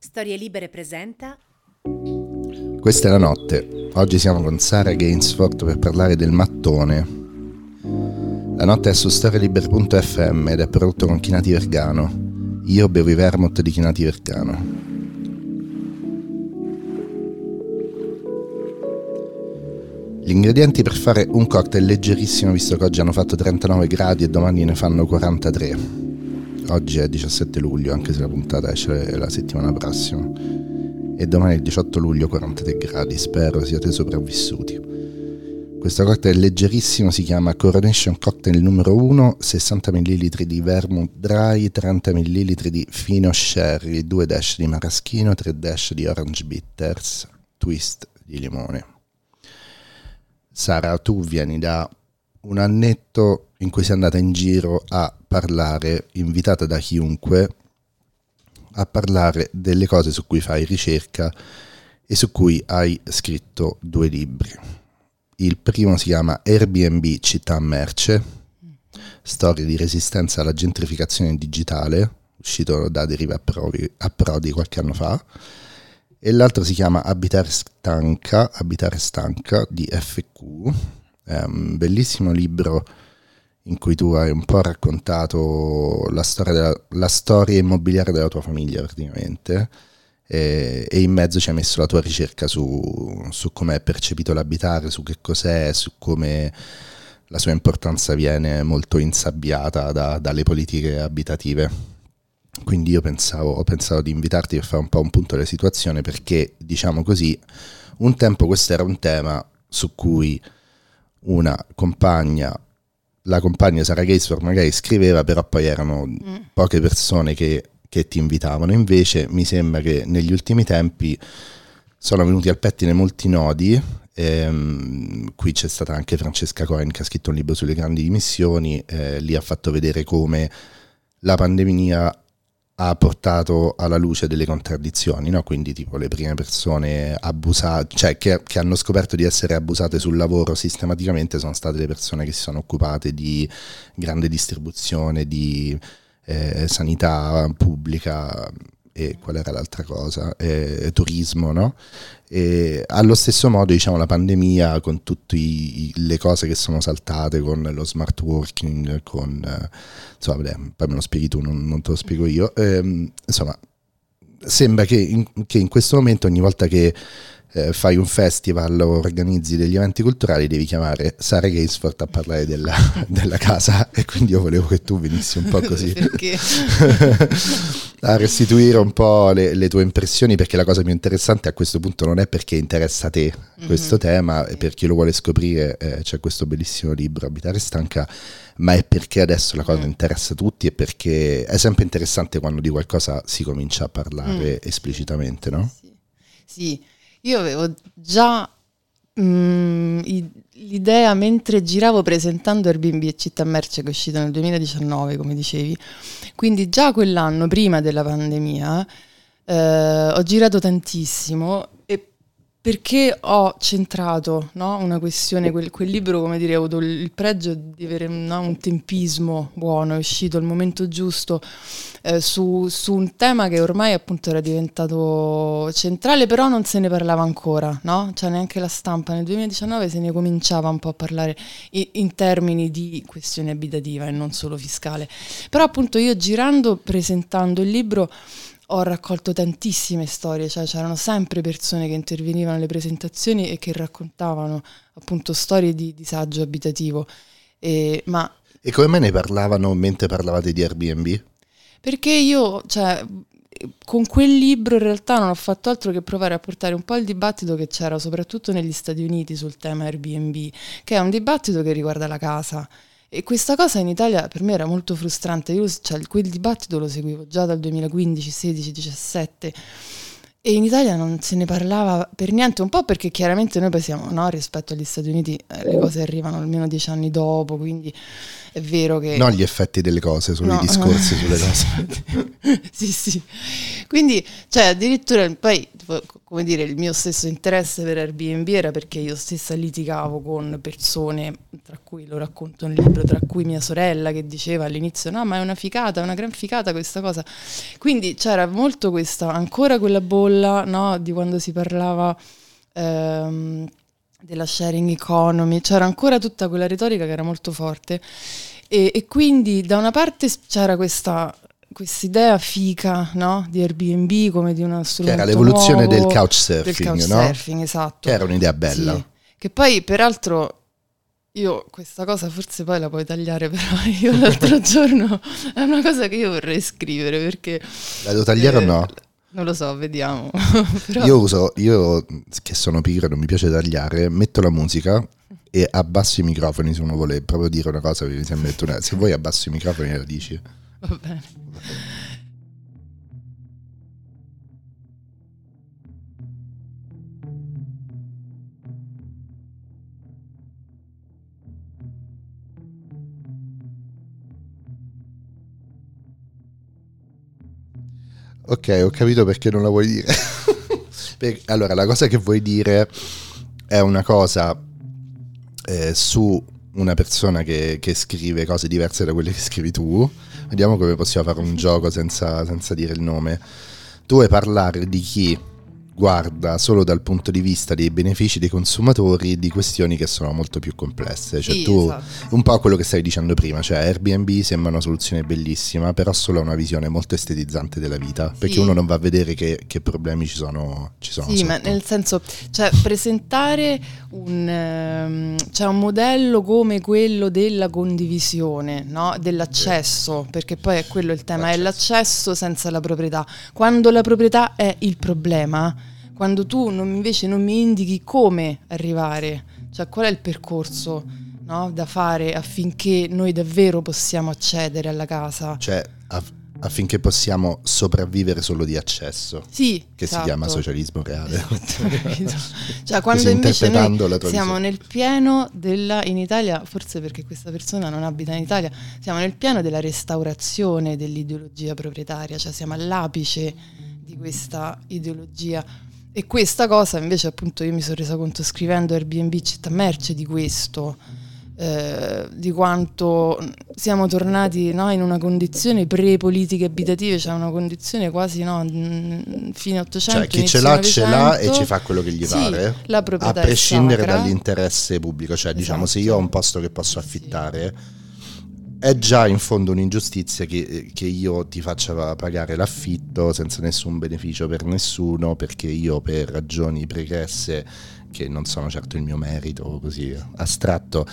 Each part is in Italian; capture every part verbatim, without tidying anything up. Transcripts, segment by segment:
Storie Libere presenta Questa è la notte. Oggi siamo con Sara Gainsford per parlare del mattone. La notte è su storielibere punto effe emme ed è prodotto con Chinati Vergano. Io bevo i vermouth di Chinati Vergano. Gli ingredienti per fare un cocktail leggerissimo, visto che oggi hanno fatto trentanove gradi e domani ne fanno quarantatré. Oggi è diciassette luglio, anche se la puntata esce la settimana prossima. E domani è il diciotto luglio, quarantatré gradi. Spero siate sopravvissuti. Questo cocktail leggerissimo si chiama Coronation Cocktail numero uno, sessanta millilitri di vermouth dry, trenta millilitri di fino sherry, due dash di maraschino, tre dash di orange bitters, twist di limone. Sara, tu vieni da un annetto in cui sei andata in giro a parlare, invitata da chiunque, a parlare delle cose su cui fai ricerca e su cui hai scritto due libri. Il primo si chiama Airbnb Città Merce, storie di resistenza alla gentrificazione digitale, uscito da Deriva a Prodi, a Prodi qualche anno fa, e l'altro si chiama Abitare Stanca, Abitare Stanca di effe cu. È un bellissimo libro in cui tu hai un po' raccontato la storia, della, la storia immobiliare della tua famiglia praticamente, e, e in mezzo ci hai messo la tua ricerca su, su come è percepito l'abitare, su che cos'è, su come la sua importanza viene molto insabbiata da, dalle politiche abitative. Quindi io pensavo, ho pensato di invitarti per fare un po' un punto della situazione, perché diciamo così, un tempo questo era un tema su cui una compagna, la compagna Sara Gainsford magari scriveva, però poi erano mm. poche persone che, che ti invitavano. Invece mi sembra che negli ultimi tempi sono venuti al pettine molti nodi. Ehm, qui c'è stata anche Francesca Cohen che ha scritto un libro sulle grandi dimissioni, eh, lì ha fatto vedere come la pandemia ha portato alla luce delle contraddizioni, no? Quindi tipo le prime persone abusate, cioè che, che hanno scoperto di essere abusate sul lavoro sistematicamente sono state le persone che si sono occupate di grande distribuzione, di eh, sanità pubblica e qual era l'altra cosa? Eh, turismo, no? E allo stesso modo, diciamo, la pandemia, con tutte le cose che sono saltate, con lo smart working, con eh, insomma, vabbè, poi me lo spieghi tu, non, non te lo spiego io, ehm, insomma, sembra che in, che in questo momento ogni volta che eh, fai un festival o organizzi degli eventi culturali devi chiamare Sara Gainsford a parlare della, della casa, e quindi io volevo che tu venissi un po' così perché? a restituire un po' le, le tue impressioni, perché la cosa più interessante a questo punto non è perché interessa a te questo mm-hmm. tema, e per chi lo vuole scoprire eh, c'è questo bellissimo libro Abitare Stanca, ma è perché adesso la cosa mm. interessa a tutti, e perché è sempre interessante quando di qualcosa si comincia a parlare mm. esplicitamente, no? Sì. Sì, io avevo già mm, l'idea mentre giravo presentando Airbnb e Città Merce, che è uscito nel duemiladiciannove, come dicevi, quindi già quell'anno, prima della pandemia, eh, ho girato tantissimo, e perché ho centrato, no, una questione, quel, quel libro, come dire, ha avuto il pregio di avere, no, un tempismo buono, è uscito al momento giusto, eh, su, su un tema che ormai appunto era diventato centrale, però non se ne parlava ancora, no? Cioè neanche la stampa nel duemiladiciannove se ne cominciava un po' a parlare in, in termini di questione abitativa e non solo fiscale. Però appunto io girando, presentando il libro, ho raccolto tantissime storie, cioè c'erano sempre persone che intervenivano alle presentazioni e che raccontavano appunto storie di disagio abitativo. E, ma e come me ne parlavano mentre parlavate di Airbnb? Perché io, cioè, con quel libro in realtà non ho fatto altro che provare a portare un po' il dibattito che c'era soprattutto negli Stati Uniti sul tema Airbnb, che è un dibattito che riguarda la casa. E questa cosa in Italia per me era molto frustrante. Io, cioè, quel dibattito lo seguivo già dal duemilaquindici, sedici, diciassette, e in Italia non se ne parlava per niente, un po' perché chiaramente noi pensiamo, no, rispetto agli Stati Uniti eh, le cose arrivano almeno dieci anni dopo, quindi è vero che... No, gli effetti delle cose, solo no. i discorsi sulle cose. Sì, sì. Quindi, cioè, addirittura poi come dire, il mio stesso interesse per Airbnb era perché io stessa litigavo con persone, tra cui lo racconto nel libro, tra cui mia sorella che diceva all'inizio no ma è una ficata, è una gran ficata questa cosa, quindi c'era molto questa, ancora quella bolla, no, di quando si parlava ehm, della sharing economy, c'era ancora tutta quella retorica che era molto forte e, e quindi da una parte c'era questa quest'idea fica, no? Di Airbnb come di uno strumento che era l'evoluzione nuovo, del couchsurfing, del couchsurfing, no? esatto. Che era un'idea bella. Sì. Che poi peraltro io questa cosa forse poi la puoi tagliare, però io l'altro giorno è una cosa che io vorrei scrivere perché la devo tagliare eh, o no? Non lo so, vediamo. Però... Io uso, io che sono pigro, non mi piace tagliare, metto la musica e abbasso i microfoni se uno vuole proprio dire una cosa, mi sembra una... se vuoi abbasso i microfoni e la dici. Va bene. Ok, ho capito perché non la vuoi dire. Allora, la cosa che vuoi dire è una cosa eh, su una persona che, che scrive cose diverse da quelle che scrivi tu. Vediamo come possiamo fare un gioco senza, senza dire il nome. Tu vuoi parlare di chi guarda solo dal punto di vista dei benefici dei consumatori di questioni che sono molto più complesse. Cioè sì, tu, esatto. un po' quello che stavi dicendo prima, cioè Airbnb sembra una soluzione bellissima, però solo ha una visione molto estetizzante della vita, perché sì. uno non va a vedere che, che problemi ci sono, ci sono sì, sotto. Ma nel senso, cioè presentare un, um, cioè un modello come quello della condivisione, no? Dell'accesso, perché poi è quello il tema, l'accesso. È l'accesso senza la proprietà. Quando la proprietà è il problema, quando tu non, invece non mi indichi come arrivare, cioè qual è il percorso, no, da fare affinché noi davvero possiamo accedere alla casa. Cioè aff- affinché possiamo sopravvivere solo di accesso. Sì, che esatto. Si chiama socialismo reale. Esatto, cioè quando invece noi siamo visione. nel pieno della, in Italia, forse perché questa persona non abita in Italia, siamo nel pieno della restaurazione dell'ideologia proprietaria, cioè siamo all'apice di questa ideologia. E questa cosa invece appunto io mi sono resa conto scrivendo Airbnb città merce di questo, eh, di quanto siamo tornati, no, in una condizione pre-politiche abitative, cioè una condizione quasi, no, fine ottocento, cioè chi ce l'ha ce l'ha e ci fa quello che gli sì, pare, la proprietà a prescindere sacra. dall'interesse pubblico, cioè esatto. Diciamo se io ho un posto che posso affittare sì. È già in fondo un'ingiustizia che, che io ti faccia pagare l'affitto senza nessun beneficio per nessuno, perché io per ragioni pregresse che non sono certo il mio merito, così astratto,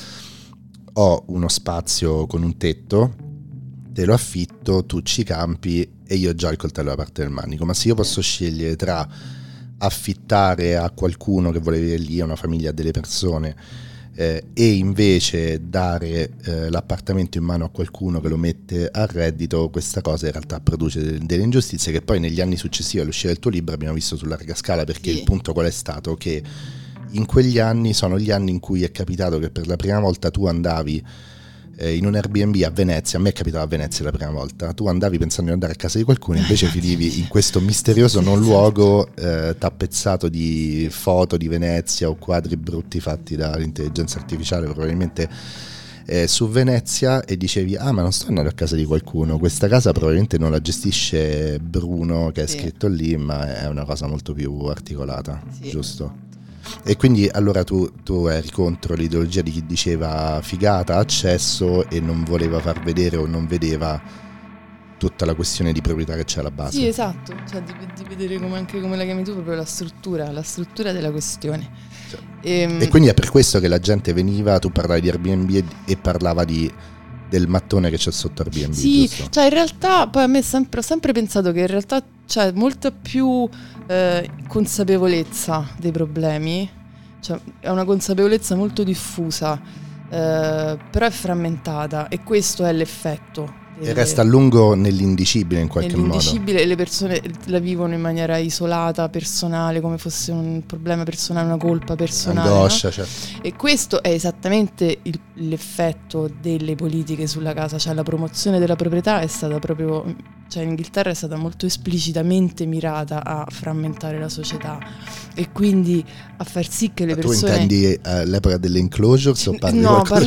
ho uno spazio con un tetto, te lo affitto, tu ci campi e io ho già il coltello da parte del manico. Ma se io posso scegliere tra affittare a qualcuno che vuole vivere lì, a una famiglia, a delle persone, Eh, e invece dare eh, l'appartamento in mano a qualcuno che lo mette a reddito, questa cosa in realtà produce delle, delle ingiustizie che poi negli anni successivi all'uscita del tuo libro abbiamo visto su larga scala, perché sì. Il punto qual è stato? Che in quegli anni sono gli anni in cui è capitato che per la prima volta tu andavi eh, in un Airbnb a Venezia, a me è capitato a Venezia la prima volta, tu andavi pensando di andare a casa di qualcuno, invece finivi in questo misterioso non luogo eh, tappezzato di foto di Venezia o quadri brutti fatti dall'intelligenza artificiale probabilmente eh, su Venezia, e dicevi ah ma non sto andando a casa di qualcuno, questa casa probabilmente non la gestisce Bruno che è sì. Scritto lì, ma è una cosa molto più articolata, sì. Giusto? E quindi allora tu, tu eri contro l'ideologia di chi diceva figata, accesso, e non voleva far vedere o non vedeva tutta la questione di proprietà che c'è alla base. Sì, esatto, cioè di, di vedere come, anche come la chiami tu, proprio la struttura, la struttura della questione. Cioè, e, e quindi è per questo che la gente veniva, tu parlavi di Airbnb e, e parlava di del mattone che c'è sotto Airbnb. Sì, giusto? Cioè in realtà poi a me sempre, ho sempre pensato che in realtà c'è molta più eh, consapevolezza dei problemi, cioè è una consapevolezza molto diffusa, eh, però è frammentata, e questo è l'effetto. E resta a lungo nell'indicibile in qualche nell'indicibile, modo. E le persone la vivono in maniera isolata, personale, come fosse un problema personale, una colpa personale. Angoscia, no? certo. E questo è esattamente il, l'effetto delle politiche sulla casa, cioè la promozione della proprietà è stata proprio cioè in Inghilterra è stata molto esplicitamente mirata a frammentare la società e quindi a far sì che le Ma persone... Tu intendi uh, l'epoca delle enclosures o parli no, qualcosa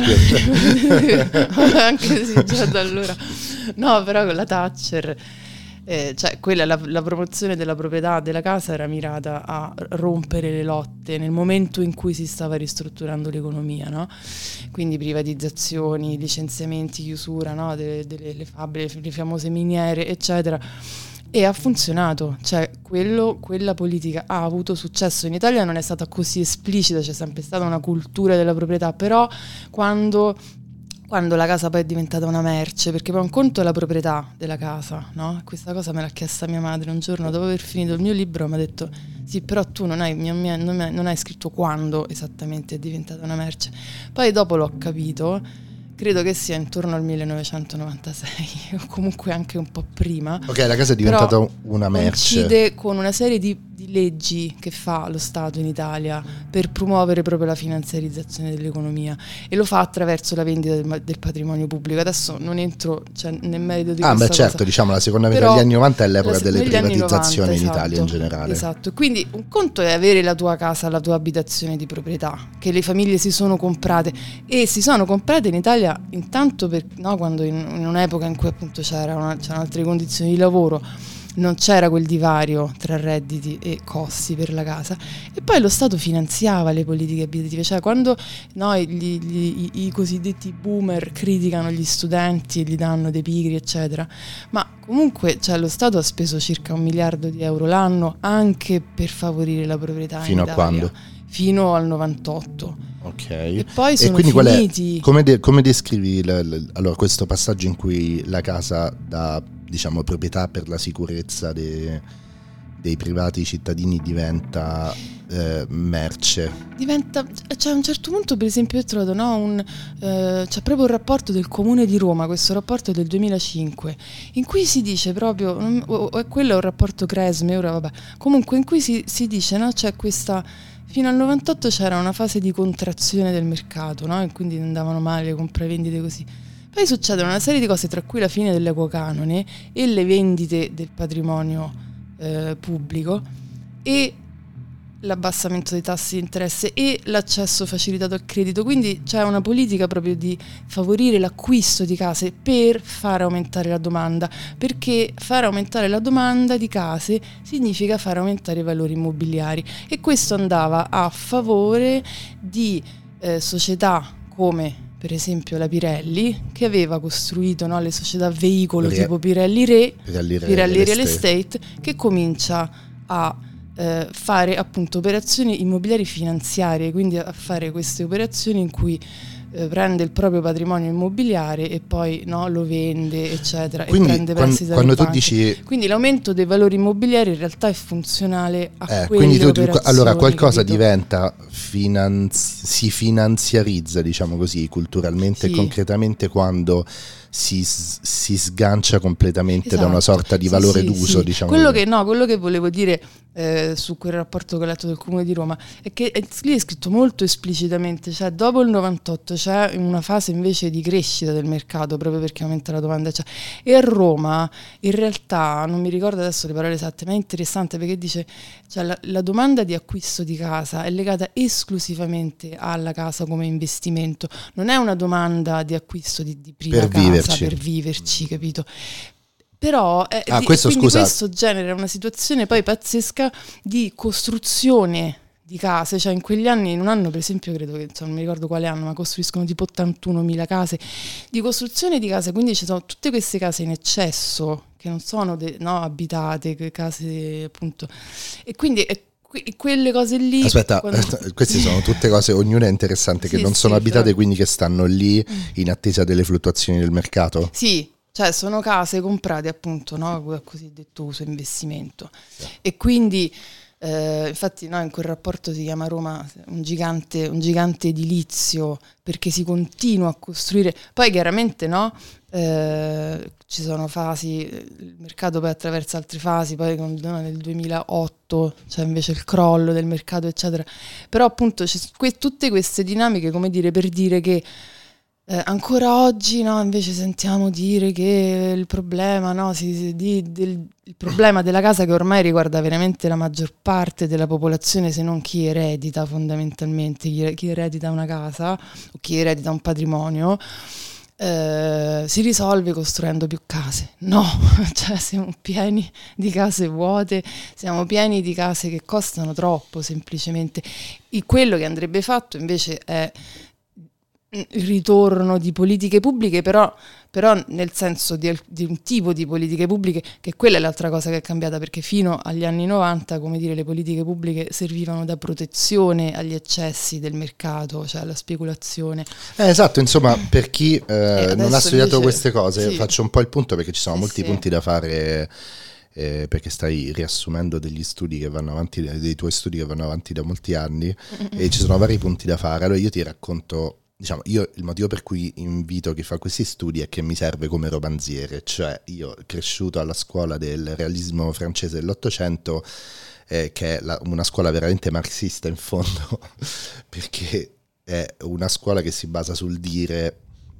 parlo... anche se già da allora... No, però con la Thatcher... Eh, cioè quella, la, la promozione della proprietà della casa era mirata a rompere le lotte nel momento in cui si stava ristrutturando l'economia, no? Quindi privatizzazioni, licenziamenti, chiusura, no? delle, delle le fabbriche, le famose miniere, eccetera. E ha funzionato, cioè quello, quella politica ha avuto successo. In Italia non è stata così esplicita, c'è sempre stata una cultura della proprietà, però quando... quando la casa poi è diventata una merce, perché poi un conto è la proprietà della casa, no? Questa cosa me l'ha chiesta mia madre un giorno dopo aver finito il mio libro, mi ha detto sì, però tu non hai, non, mi, non, mi, non hai scritto quando esattamente è diventata una merce. Poi dopo l'ho capito, credo che sia intorno al millenovecentonovantasei o comunque anche un po' prima. Ok, la casa è diventata una merce. Coincide con una serie di, di leggi che fa lo Stato in Italia per promuovere proprio la finanziarizzazione dell'economia e lo fa attraverso la vendita del, del patrimonio pubblico. Adesso non entro cioè, nel merito di ah, questa beh, certo, cosa. diciamo la seconda metà Però degli anni novanta è l'epoca la, delle privatizzazioni novanta, in Italia esatto, in generale. Esatto, quindi un conto è avere la tua casa, la tua abitazione di proprietà, che le famiglie si sono comprate e si sono comprate in Italia intanto per, no, quando in, in un'epoca in cui appunto c'era una, c'erano altre condizioni di lavoro, non c'era quel divario tra redditi e costi per la casa e poi lo Stato finanziava le politiche abitative, cioè quando no, gli, gli, i, i cosiddetti boomer criticano gli studenti e gli danno dei pigri eccetera, ma comunque cioè, lo Stato ha speso circa un miliardo di euro l'anno anche per favorire la proprietà fino in a Italia, quando? Fino al novantotto. Ok. E poi sono e quindi finiti. Qual è, come, de, come descrivi l, l, allora, questo passaggio in cui la casa da diciamo proprietà per la sicurezza de, dei privati cittadini diventa eh, merce? Diventa, cioè a un certo punto per esempio ho trovato no, un, eh, c'è proprio un rapporto del Comune di Roma, questo rapporto è del duemilacinque, in cui si dice proprio, o, o quello è un rapporto Cresme, ora vabbè, comunque in cui si, si dice no, c'è questa... Fino al novantotto c'era una fase di contrazione del mercato, no? E quindi andavano male le compravendite così. Poi succedono una serie di cose, tra cui la fine dell'equo canone e le vendite del patrimonio eh, pubblico e l'abbassamento dei tassi di interesse e l'accesso facilitato al credito. Quindi c'è una politica proprio di favorire l'acquisto di case per far aumentare la domanda, perché far aumentare la domanda di case significa far aumentare i valori immobiliari e questo andava a favore di eh, società come per esempio la Pirelli, che aveva costruito no, le società veicolo Re, tipo Pirelli Re, Pirelli, Re, Pirelli Real Estate, che comincia a eh, fare appunto operazioni immobiliari finanziarie, quindi a fare queste operazioni in cui eh, prende il proprio patrimonio immobiliare e poi no, lo vende eccetera. Quindi, e prende prestiti dalle quando tu banche. Dici... Quindi l'aumento dei valori immobiliari in realtà è funzionale a eh, quelle quindi tu, operazioni. Allora qualcosa capito? diventa finanzi- si finanziarizza diciamo così culturalmente sì. e concretamente quando si, si sgancia completamente esatto. da una sorta di sì, valore sì, d'uso sì. diciamo quello così. che no quello che volevo dire eh, su quel rapporto che ho letto del Comune di Roma è che è, lì è scritto molto esplicitamente, cioè dopo il novantotto c'è una fase invece di crescita del mercato proprio perché aumenta la domanda, cioè, e a Roma in realtà non mi ricordo adesso le parole esatte ma è interessante perché dice cioè, la, la domanda di acquisto di casa è legata esclusivamente alla casa come investimento, non è una domanda di acquisto di, di prima per casa viverci. per viverci, capito? Però eh, ah, di, questo, quindi scusa. questo genera una situazione poi pazzesca di costruzione di case, cioè in quegli anni, in un anno per esempio credo che, insomma, non mi ricordo quale anno, ma costruiscono tipo ottantunomila case, di costruzione di case, quindi ci sono tutte queste case in eccesso che non sono de, no, abitate, che case appunto, e quindi è quelle cose lì. Aspetta, quando... queste sono tutte cose, ognuna è interessante, che sì, non sì, sono abitate, però... quindi che stanno lì in attesa delle fluttuazioni del mercato? Sì, cioè sono case comprate appunto, no, a cosiddetto uso investimento. Sì. E quindi eh, infatti no, in quel rapporto si chiama Roma un gigante, un gigante edilizio perché si continua a costruire. Poi chiaramente no, eh, ci sono fasi, il mercato poi attraversa altre fasi, poi no, nel duemilaotto c'è invece il crollo del mercato eccetera. Però appunto c'è que- tutte queste dinamiche, come dire, per dire che Eh, ancora oggi, no, invece sentiamo dire che il problema, no, si, si- di- del, il problema della casa, che ormai riguarda veramente la maggior parte della popolazione, se non chi eredita fondamentalmente, chi, chi eredita una casa o chi eredita un patrimonio, eh, si risolve costruendo più case. No, cioè siamo pieni di case vuote, siamo pieni di case che costano troppo semplicemente. E quello che andrebbe fatto invece è il ritorno di politiche pubbliche, però, però nel senso di, di un tipo di politiche pubbliche, che quella è l'altra cosa che è cambiata, perché fino agli anni novanta, come dire, le politiche pubbliche servivano da protezione agli eccessi del mercato, cioè alla speculazione. Eh, esatto, insomma, per chi eh, non ha studiato invece, queste cose, sì. faccio un po' il punto perché ci sono Sì, molti sì. punti da fare, eh, perché stai riassumendo degli studi che vanno avanti, dei tuoi studi che vanno avanti da molti anni, mm-hmm. e ci sono vari punti da fare. Allora io ti racconto, diciamo, io il motivo per cui invito chi fa questi studi è che mi serve come romanziere, cioè io cresciuto alla scuola del realismo francese dell'Ottocento, eh, che è la, una scuola veramente marxista in fondo, perché è una scuola che si basa sul dire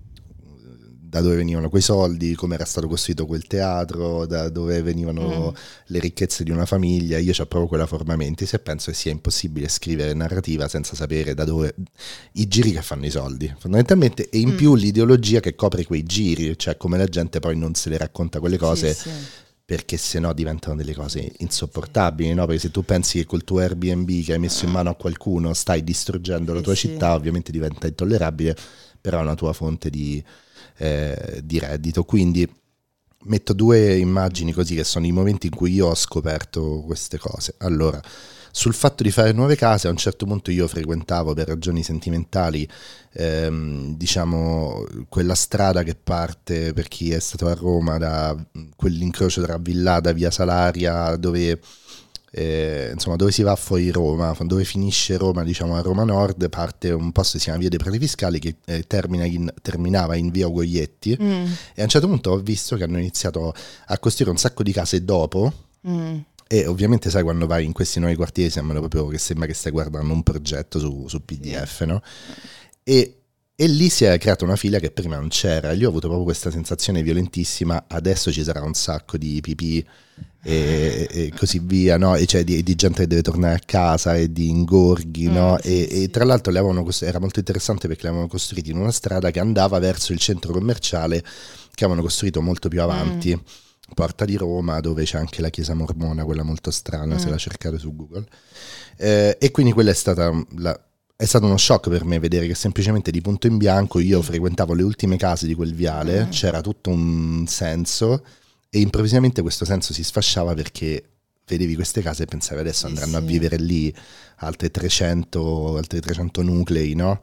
da dove venivano quei soldi, come era stato costruito quel teatro, da dove venivano mm. le ricchezze di una famiglia. Io c'ho proprio quella forma mentis e penso che sia impossibile scrivere narrativa senza sapere da dove i giri che fanno i soldi, fondamentalmente, e in mm. più l'ideologia che copre quei giri, cioè come la gente poi non se le racconta quelle cose, sì, sì. perché sennò diventano delle cose insopportabili, no? Perché se tu pensi che col tuo Airbnb che hai messo in mano a qualcuno stai distruggendo la tua sì, città, sì. ovviamente diventa intollerabile, però è una tua fonte di Eh, di reddito. Quindi metto due immagini così, che sono i momenti in cui io ho scoperto queste cose. Allora, sul fatto di fare nuove case, a un certo punto io frequentavo per ragioni sentimentali ehm, diciamo quella strada che parte, per chi è stato a Roma, da quell'incrocio tra Villada, Via Salaria, dove Eh, insomma, dove si va fuori Roma, dove finisce Roma, diciamo a Roma Nord, parte un posto che si chiama Via dei Prati Fiscali, che eh, termina in, terminava in Via Ugoglietti, mm. e a un certo punto ho visto che hanno iniziato a costruire un sacco di case dopo, mm. e ovviamente sai, quando vai in questi nuovi quartieri sembrano proprio che sembra che stai guardando un progetto su, su P D F, no? E E lì si è creata una fila che prima non c'era, e io ho avuto proprio questa sensazione violentissima: adesso ci sarà un sacco di pipì e, e così via, no? E cioè di, di gente che deve tornare a casa e di ingorghi, mm, no? Sì, e, sì. e tra l'altro le avevano, era molto interessante perché le avevano costruiti in una strada che andava verso il centro commerciale, che avevano costruito molto più avanti, mm. Porta di Roma, dove c'è anche la chiesa mormona, quella molto strana, mm. se la cercate su Google, eh, e quindi quella è stata la... È stato uno shock per me vedere che semplicemente di punto in bianco io frequentavo le ultime case di quel viale, mm. c'era tutto un senso, e improvvisamente questo senso si sfasciava perché vedevi queste case e pensavi adesso andranno sì, a vivere lì altre trecento, altri trecento nuclei, no?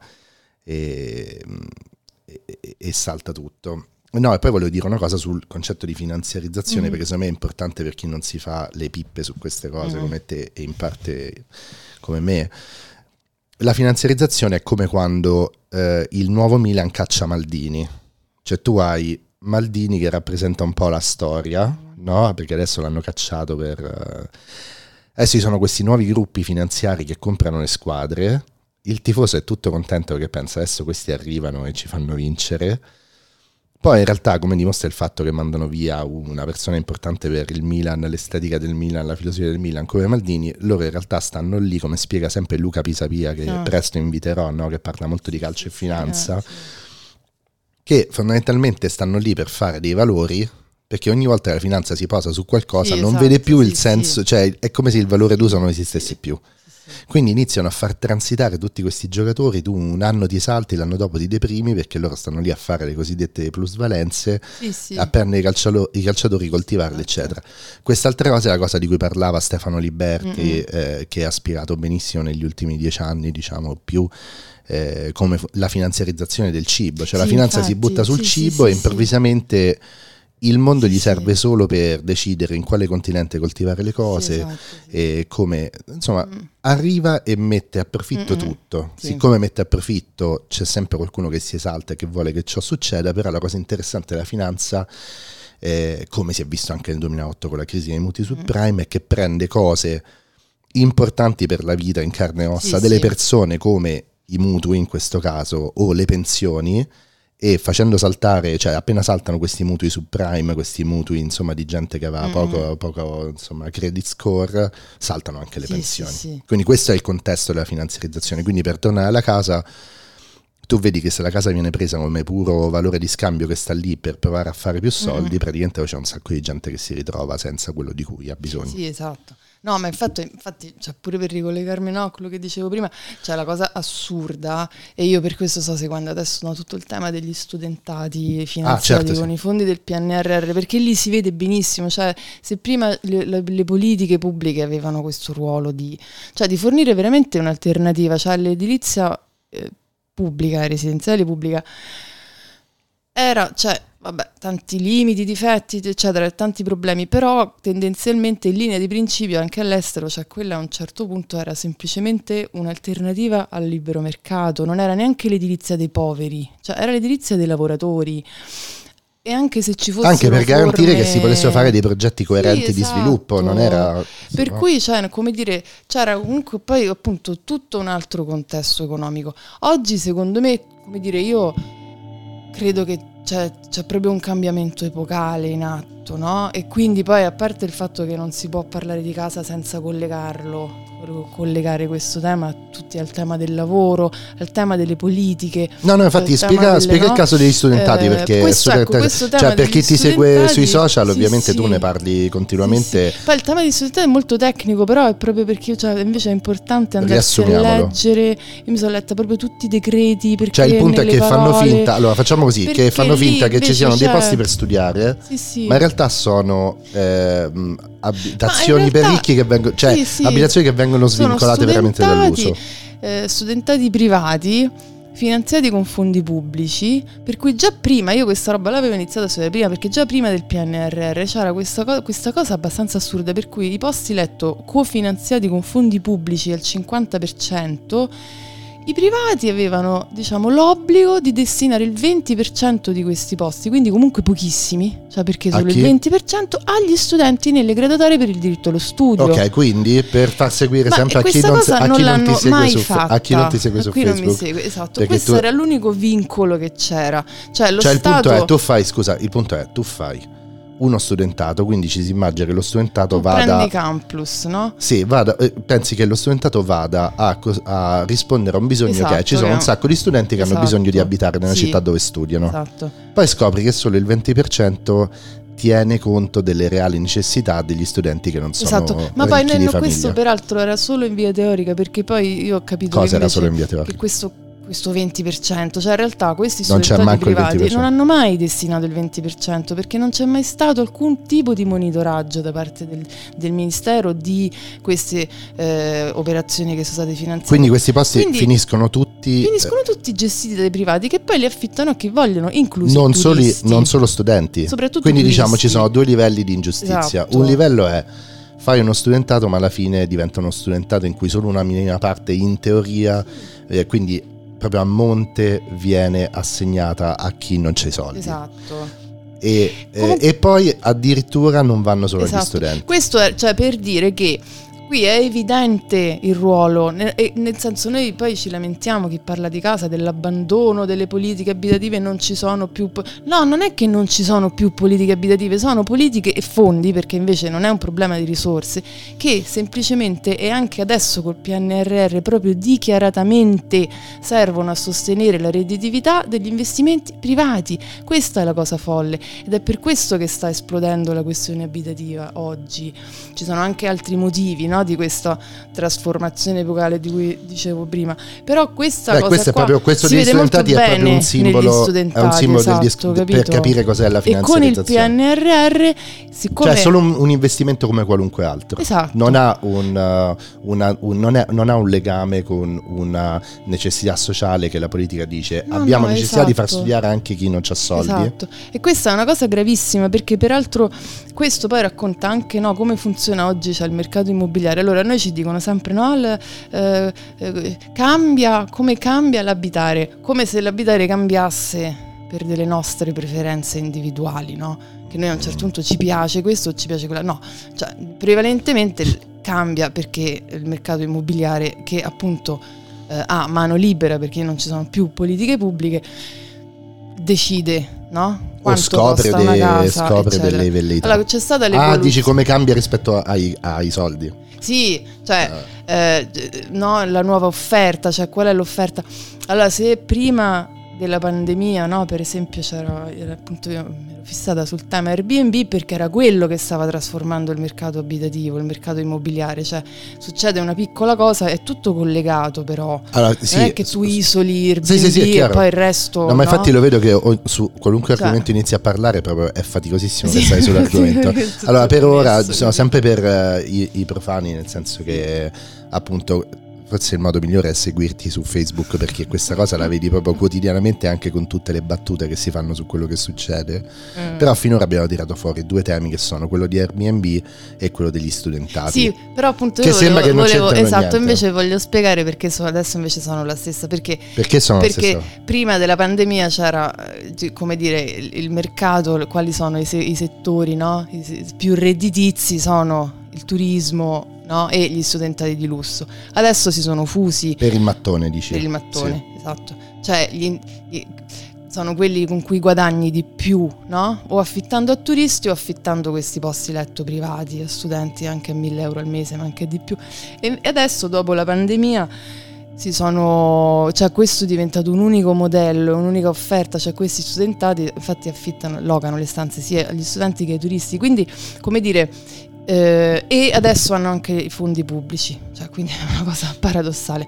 E, e, e salta tutto. No, e poi volevo dire una cosa sul concetto di finanziarizzazione, mm. perché secondo me è importante per chi non si fa le pippe su queste cose, mm. come te e in parte come me. La finanziarizzazione è come quando eh, il nuovo Milan caccia Maldini, cioè tu hai Maldini che rappresenta un po' la storia, no? Perché adesso l'hanno cacciato per... Uh... adesso ci sono questi nuovi gruppi finanziari che comprano le squadre, il tifoso è tutto contento perché pensa adesso questi arrivano e ci fanno vincere. Poi in realtà, come dimostra il fatto che mandano via una persona importante per il Milan, l'estetica del Milan, la filosofia del Milan, come Maldini, loro in realtà stanno lì, come spiega sempre Luca Pisapia, che no. presto inviterò, no? Che parla molto di calcio e finanza, sì, sì. che fondamentalmente stanno lì per fare dei valori, perché ogni volta che la finanza si posa su qualcosa sì, non esatto, vede più sì, il senso, sì. cioè è come se il valore d'uso non esistesse sì. più. Quindi iniziano a far transitare tutti questi giocatori, tu un anno ti salti, l'anno dopo ti deprimi perché loro stanno lì a fare le cosiddette plusvalenze, sì, sì. a prendere i, calcialo- i calciatori, coltivarli, okay. eccetera. Quest'altra cosa è la cosa di cui parlava Stefano Liberti, eh, che ha spiegato benissimo negli ultimi dieci anni, diciamo più, eh, come la finanziarizzazione del cibo, cioè sì, la finanza infatti, si butta sul sì, cibo sì, e improvvisamente... Sì. Il mondo gli serve sì. solo per decidere in quale continente coltivare le cose, sì, esatto, sì. e come, insomma, mm. arriva e mette a profitto Mm-mm. tutto. Sì. Siccome mette a profitto c'è sempre qualcuno che si esalta e che vuole che ciò succeda, però la cosa interessante della finanza, eh, come si è visto anche nel duemilaotto con la crisi dei mutui subprime, mm. è che prende cose importanti per la vita in carne e ossa sì, delle sì. persone, come i mutui in questo caso, o le pensioni, e facendo saltare, cioè appena saltano questi mutui subprime, questi mutui insomma di gente che aveva Mm-mm. poco, poco insomma credit score, saltano anche le Sì, pensioni. sì, sì. Quindi questo è il contesto della finanziarizzazione. Quindi per tornare alla casa, tu vedi che se la casa viene presa come puro valore di scambio che sta lì per provare a fare più soldi, Mm-mm. praticamente c'è un sacco di gente che si ritrova senza quello di cui ha bisogno. Sì, esatto. No, ma infatti, infatti cioè, pure per ricollegarmi no, a quello che dicevo prima, cioè la cosa assurda, e io per questo sto seguendo adesso no, tutto il tema degli studentati finanziati Ah, certo, con sì. i fondi del P N R R, perché lì si vede benissimo, cioè se prima le, le- le politiche pubbliche avevano questo ruolo di, cioè, di fornire veramente un'alternativa, cioè l'edilizia eh, pubblica, residenziale pubblica, era, cioè, vabbè, tanti limiti, difetti, eccetera, tanti problemi, però tendenzialmente in linea di principio anche all'estero, cioè quella a un certo punto era semplicemente un'alternativa al libero mercato, non era neanche l'edilizia dei poveri, cioè era l'edilizia dei lavoratori. E anche se ci fossero Anche per garantire forme- che si potessero fare dei progetti coerenti Sì, di esatto. sviluppo, non era... Per no? cui cioè, come dire, c'era comunque poi appunto tutto un altro contesto economico. Oggi secondo me, come dire, io credo che c'è, c'è proprio un cambiamento epocale in atto, no? E quindi poi, a parte il fatto che non si può parlare di casa senza collegarlo, collegare questo tema a tutti al tema del lavoro, al tema delle politiche. No, no, infatti al tema spiega, delle- spiega no? il caso degli studentati, Eh, perché è questo, super ecco, questo tema cioè per chi degli ti segue studentati- sui social, sì, ovviamente sì. tu ne parli continuamente. Sì, sì. Poi il tema degli studentati è molto tecnico, però è proprio perché cioè, invece è importante andarsi a Riassumiamolo. leggere. Io mi sono letta proprio tutti i decreti, perché Cioè il punto è nelle che fanno parole- finta, allora facciamo così, che Perché fanno lì finta che ci invece siano dei c'è- posti per studiare, Sì, sì. ma in realtà sono ehm, abitazioni Ma in realtà- per ricchi che vengono, cioè sì, sì. abitazioni che vengono Sono svincolate veramente studentati, dall'uso. eh, studentati privati finanziati con fondi pubblici, per cui già prima, io questa roba l'avevo iniziata a studiare prima, perché già prima del P N R R c'era questa, co- questa cosa abbastanza assurda, per cui i posti letto cofinanziati con fondi pubblici al cinquanta per cento, i privati avevano, diciamo, l'obbligo di destinare il venti per cento di questi posti, quindi comunque pochissimi, cioè perché A solo il chi? venti per cento agli studenti nelle graduatorie per il diritto allo studio. Ok, quindi per far seguire Ma sempre a chi questa non, cosa a non chi non l'hanno ti segue mai su fatta. a chi non ti segue su Qui Facebook. non mi segue, esatto. Perché Questo tu- era l'unico vincolo che c'era. Cioè lo Cioè il Stato punto è, tu fai, scusa, il punto è, tu fai uno studentato, quindi ci si immagina che lo studentato tu vada... prendi campus, no? Sì, vada, eh, pensi che lo studentato vada a, cos- a rispondere a un bisogno Esatto, che è. Ci sono che- un sacco di studenti che hanno esatto, bisogno di abitare nella sì. città dove studiano. Esatto. Poi scopri che solo il venti per cento tiene conto delle reali necessità degli studenti che non sono Esatto. Ma poi ricchi di noi- famiglia. questo peraltro era solo in via teorica, perché poi io ho capito Cosa che era invece solo in via teorica? che questo questo venti per cento, cioè in realtà questi Non c'è studentati manco il privati venti per cento. non hanno mai destinato il venti per cento, perché non c'è mai stato alcun tipo di monitoraggio da parte del, del Ministero di queste eh, operazioni che sono state finanziate. Quindi questi posti Quindi finiscono tutti... finiscono tutti gestiti dai privati, che poi li affittano a chi vogliono, inclusi non, i soli- turisti. non solo studenti. Soprattutto Quindi turisti. diciamo ci sono due livelli di ingiustizia. Esatto. Un livello è fai uno studentato, ma alla fine diventa uno studentato in cui solo una minima parte in teoria, eh, quindi proprio a monte viene assegnata a chi non c'ha i soldi. Esatto. E, eh, Comunque- e poi addirittura non vanno solo Esatto. gli studenti. Questo è cioè per dire che qui è evidente il ruolo, ne- e nel senso noi poi ci lamentiamo, chi parla di casa, dell'abbandono delle politiche abitative, non ci sono più... po- no, non è che non ci sono più politiche abitative, sono politiche e fondi, perché invece non è un problema di risorse, che semplicemente e anche adesso col P N R R proprio dichiaratamente servono a sostenere la redditività degli investimenti privati. Questa è la cosa folle ed è per questo che sta esplodendo la questione abitativa oggi. Ci sono anche altri motivi, no, di questa trasformazione epocale di cui dicevo prima, però questa Beh, cosa questo è qua proprio questo si degli vede molto studentati è proprio bene un simbolo, negli è un studentati, simbolo del dis- esatto, per capito? capire cos'è la E con il P finanziarizzazione. N R R, siccome Cioè è solo un, un investimento come qualunque altro. Esatto. Non ha un, uh, una, un- non, è- non ha un legame con una necessità sociale che la politica dice No, abbiamo no, necessità di far esatto. studiare anche chi non ha soldi. Esatto. E questa è una cosa gravissima, perché peraltro questo poi racconta anche, no, come funziona oggi, cioè il mercato immobiliare. Allora noi ci dicono sempre no, il, eh, eh, cambia, come cambia l'abitare, come se l'abitare cambiasse per delle nostre preferenze individuali, no? Che noi a un certo punto ci piace questo o ci piace quella, no, cioè prevalentemente cambia perché il mercato immobiliare, che appunto eh, ha mano libera perché non ci sono più politiche pubbliche, decide, no? O Quanto scopre, costa de- una casa, scopre eccetera. delle velleità. Allora, c'è stata Ah, l'evoluzione. dici come cambia rispetto ai, ai soldi? Sì, cioè, Ah. eh, no, la nuova offerta, cioè qual è l'offerta? Allora, se prima della pandemia, no, per esempio c'era, era appunto, io mi ero fissata sul tema Airbnb perché era quello che stava trasformando il mercato abitativo, il mercato immobiliare, cioè succede una piccola cosa, è tutto collegato però, Allora, sì, non è che tu isoli Airbnb sì, sì, sì, è e chiaro. poi il resto, No, ma no? infatti lo vedo che o- su qualunque Cioè- argomento inizi a parlare proprio è faticosissimo Sì, restare sull'argomento. sì, perché è tutto Allora, per ora connesso, sono quindi. sempre per eh, i, i profani, nel senso che appunto forse il modo migliore è seguirti su Facebook, perché questa cosa la vedi proprio quotidianamente anche con tutte le battute che si fanno su quello che succede. Mm. Però finora abbiamo tirato fuori due temi che sono quello di Airbnb e quello degli studentati. Sì, però appunto Che io sembra volevo, che non volevo- c'entrano esatto, niente. invece voglio spiegare perché so- adesso invece sono la stessa, perché Perché sono la perché stessa. prima della pandemia c'era, eh, gi- come dire, il, il mercato, quali sono i, se- i settori, no? I se- più redditizi sono il turismo, no? E gli studentati di lusso. Adesso si sono fusi Per il mattone, dici? per il mattone, esatto. Cioè gli- gli- sono quelli con cui guadagni di più, no? O affittando a turisti o affittando questi posti letto privati a studenti anche a mille euro al mese, ma anche di più. E e adesso, dopo la pandemia, si sono, cioè questo è diventato un unico modello, un'unica offerta, cioè questi studentati infatti affittano, locano le stanze sia agli studenti che ai turisti, quindi come dire, eh, e adesso hanno anche i fondi pubblici, cioè quindi è una cosa paradossale.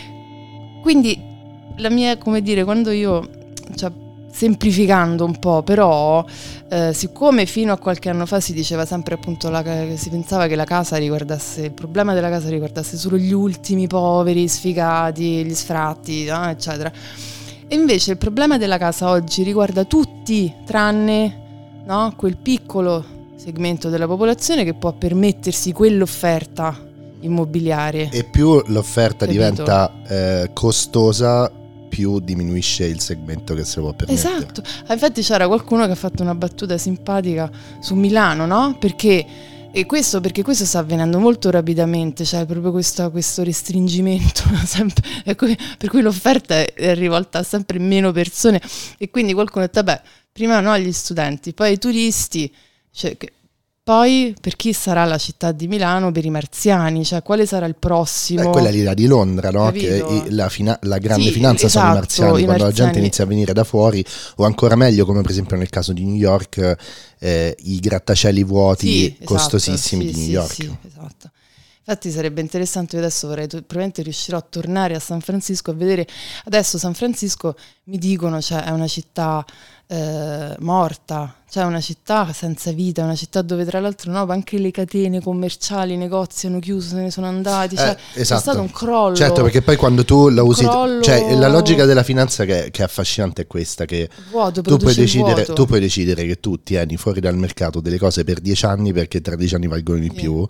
Quindi la mia, come dire, quando io, cioè, semplificando un po', però eh, siccome fino a qualche anno fa si diceva sempre appunto la, che si pensava che la casa riguardasse, il problema della casa riguardasse solo gli ultimi poveri, sfigati, gli sfratti, no? Eccetera. E invece il problema della casa oggi riguarda tutti, tranne, no? Quel piccolo segmento della popolazione che può permettersi quell'offerta immobiliare. E più l'offerta Capito? diventa eh, costosa, più diminuisce il segmento che se lo può permettere. Esatto, ah, infatti c'era qualcuno che ha fatto una battuta simpatica su Milano, no? Perché e questo, perché questo sta avvenendo molto rapidamente, cioè proprio questo, questo restringimento sempre, per cui, per cui l'offerta è, è rivolta a sempre meno persone e quindi qualcuno ha detto vabbè, prima no agli studenti, poi ai turisti, cioè, che, poi per chi sarà la città di Milano, per i marziani, cioè quale sarà il prossimo? Beh, quella è l'idea di Londra, no? Capito? Che i- la, fina- la grande Sì, finanza sono i esatto, marziani, i quando la gente marziani. inizia a venire da fuori, o ancora meglio come per esempio nel caso di New York, eh, i grattacieli vuoti Sì, esatto, costosissimi sì, di New sì, York. sì, esatto. Infatti sarebbe interessante, io adesso vorrei, probabilmente riuscirò a tornare a San Francisco a vedere, adesso San Francisco mi dicono, cioè è una città eh, morta, cioè una città senza vita, una città dove tra l'altro no, anche le catene commerciali, i negozi hanno chiuso, se ne sono andati, cioè Eh, esatto. c'è stato un crollo. Certo, perché poi quando tu la un usi, crollo cioè la logica della finanza che, che è affascinante è questa, che vuoto, tu puoi, produce il decidere, vuoto. tu puoi decidere che tu tieni fuori dal mercato delle cose per dieci anni perché tra dieci anni valgono di Sì. più.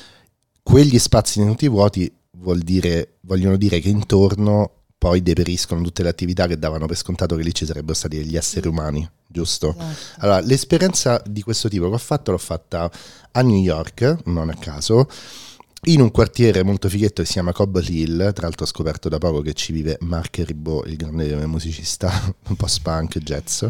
Quegli spazi tenuti vuoti vuol dire, vogliono dire che intorno poi deperiscono tutte le attività che davano per scontato che lì ci sarebbero stati degli esseri umani, giusto? Esatto. Allora, l'esperienza di questo tipo che ho fatto l'ho fatta a New York, non a caso, in un quartiere molto fighetto che si chiama Cobble Hill. Tra l'altro ho scoperto da poco che ci vive Mark Ribot, il grande musicista un po' punk, jazz.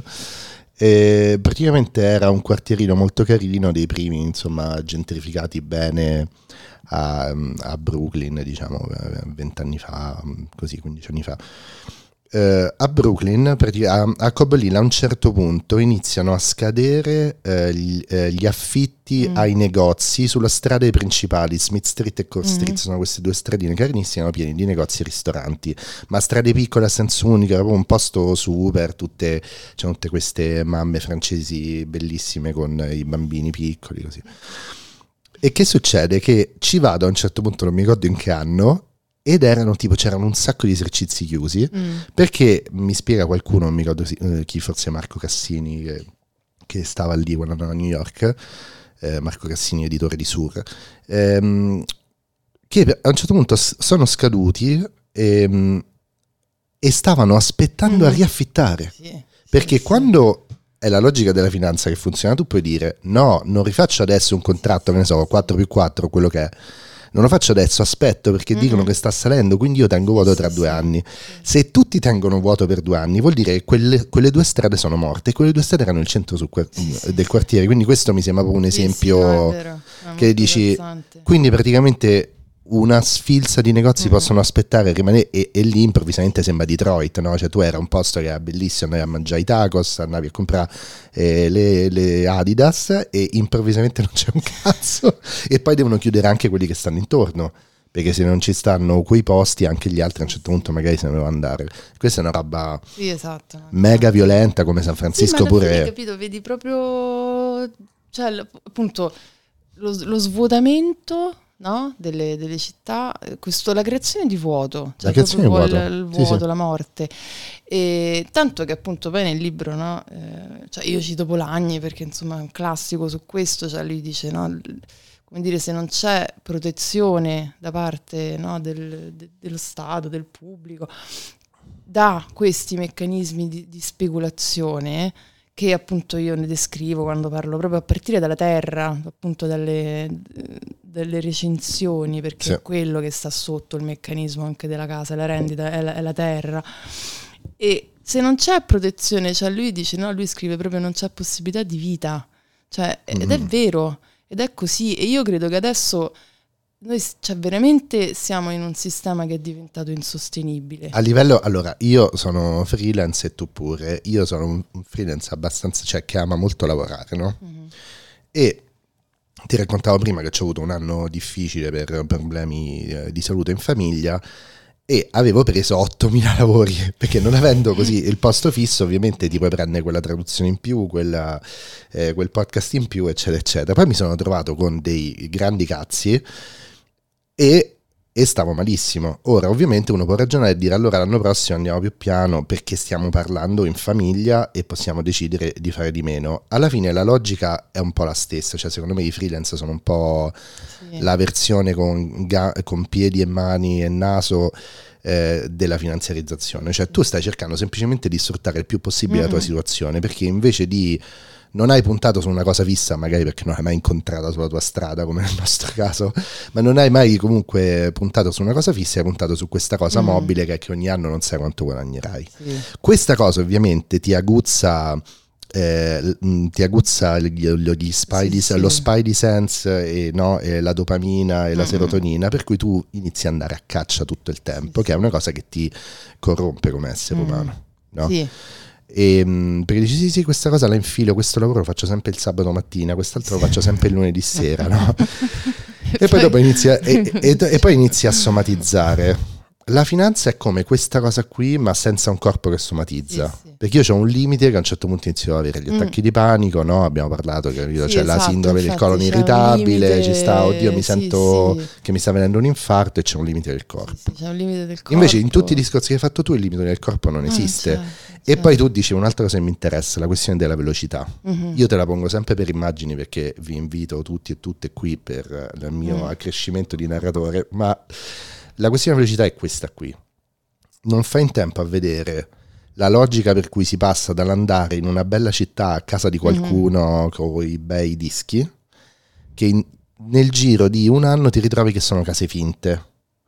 E praticamente era un quartierino molto carino, dei primi, insomma, gentrificati bene a, a Brooklyn, diciamo, vent'anni fa, così, quindici anni fa. Eh, a Brooklyn, a, a Cobble Hill, a un certo punto iniziano a scadere eh, gli, eh, gli affitti Mm. ai negozi sulle strade principali, Smith Street e Court Mm. Street, sono queste due stradine carinissime, erano pieni di negozi e ristoranti, ma strade piccole a senso unico, era proprio un posto super, tutte, c'erano tutte queste mamme francesi bellissime con i bambini piccoli, così. E che succede? Che ci vado a un certo punto, non mi ricordo in che anno, ed erano tipo, c'erano un sacco di esercizi chiusi, Mm. perché mi spiega qualcuno, non mi ricordo si- eh, chi, forse Marco Cassini, che, che stava lì quando andavo a New York, eh, Marco Cassini, editore di Sur, ehm, che a un certo punto s- sono scaduti ehm, e stavano aspettando a Mhm. riaffittare, Sì, sì, perché sì. quando è la logica della finanza che funziona, tu puoi dire no, non rifaccio adesso un contratto, che ne so, quattro più quattro, quello che è, non lo faccio adesso, aspetto perché mm-hmm. dicono che sta salendo, quindi io tengo vuoto tra sì, due sì. anni. Se tutti tengono vuoto per due anni vuol dire che quelle, quelle due strade sono morte e quelle due strade erano il centro sul, sì, sì. del quartiere, quindi questo mi sembra proprio un esempio sì, sì, no, è vero. È che dici pensante. Quindi praticamente una sfilza di negozi mm-hmm. possono aspettare rimanere e, e lì improvvisamente sembra Detroit, no? Cioè tu era un posto che era bellissimo, andavi a mangiare i tacos, andavi a comprare eh, le, le Adidas e improvvisamente non c'è un cazzo e poi devono chiudere anche quelli che stanno intorno, perché se non ci stanno quei posti anche gli altri a un certo punto magari se ne devono andare. Questa è una roba sì, esatto, no, mega violenta come San Francisco sì, ma pure fine, capito, vedi proprio cioè appunto lo, lo svuotamento, no? delle, delle città, questo, la creazione di vuoto, cioè la creazione di vuoto, il, il vuoto, sì, sì. la morte, e tanto che appunto poi nel libro, no? eh, cioè io cito Polanyi perché insomma è un classico su questo, cioè lui dice, no? come dire, se non c'è protezione da parte, no? del, de, dello Stato, del pubblico, da questi meccanismi di, di speculazione che appunto io ne descrivo quando parlo proprio a partire dalla terra, appunto dalle, dalle recensioni, perché sì. è quello che sta sotto il meccanismo anche della casa, la rendita è la, è la terra. E se non c'è protezione, cioè lui dice, no, lui scrive proprio non c'è possibilità di vita, cioè, ed mm-hmm. è vero, ed è così, e io credo che adesso noi cioè, veramente siamo in un sistema che è diventato insostenibile. A livello, allora, io sono freelance e tu pure, io sono un freelance abbastanza, cioè che ama molto lavorare, no? Mm-hmm. E ti raccontavo prima che ho avuto un anno difficile per problemi eh, di salute in famiglia e avevo preso ottomila lavori, perché non avendo così il posto fisso ovviamente ti puoi prendere quella traduzione in più, quella, eh, quel podcast in più, eccetera, eccetera. Poi mi sono trovato con dei grandi cazzi E, e stavo malissimo. Ora ovviamente uno può ragionare e dire allora l'anno prossimo andiamo più piano perché stiamo parlando in famiglia e possiamo decidere di fare di meno. Alla fine la logica è un po' la stessa, cioè secondo me i freelance sono un po' sì. la versione con, ga- con piedi e mani e naso eh, della finanziarizzazione, cioè tu stai cercando semplicemente di sfruttare il più possibile mm-hmm. la tua situazione, perché invece di non hai puntato su una cosa fissa, magari perché non l'hai mai incontrata sulla tua strada come nel nostro caso, ma non hai mai comunque puntato su una cosa fissa, hai puntato su questa cosa mm. mobile che è che ogni anno non sai quanto guadagnerai. Sì. Questa cosa ovviamente ti aguzza eh, ti aguzza gli, gli spidey, sì, lo sì. spidey sense e, no, e la dopamina e mm. la serotonina, per cui tu inizi ad andare a caccia tutto il tempo, sì, che sì. è una cosa che ti corrompe come essere mm. umano, no? Sì. E, perché dici sì sì questa cosa la infilo, questo lavoro lo faccio sempre il sabato mattina, quest'altro lo faccio sempre il lunedì sera, no? e, e poi dopo inizia e, e, e poi inizi a somatizzare. La finanza è come questa cosa qui ma senza un corpo che somatizza, sì, sì. perché io ho un limite che a un certo punto inizio ad avere gli attacchi mm. di panico, no? Abbiamo parlato che io, sì, c'è esatto, la sindrome del colon irritabile, limite... ci sta oddio mi sento sì, sì. che mi sta venendo un infarto e c'è un limite del corpo, sì, sì, c'è un limite del corpo. Invece in tutti i discorsi che hai fatto tu il limite del corpo non esiste. Ah, certo, e certo. Poi tu dici un'altra cosa che mi interessa, la questione della velocità. Mm-hmm. Io te la pongo sempre per immagini perché vi invito tutti e tutte qui per il mio mm. accrescimento di narratore, ma la questione della velocità è questa qui. Non fai in tempo a vedere la logica per cui si passa dall'andare in una bella città a casa di qualcuno mm-hmm. con i bei dischi, che in, nel giro di un anno ti ritrovi che sono case finte.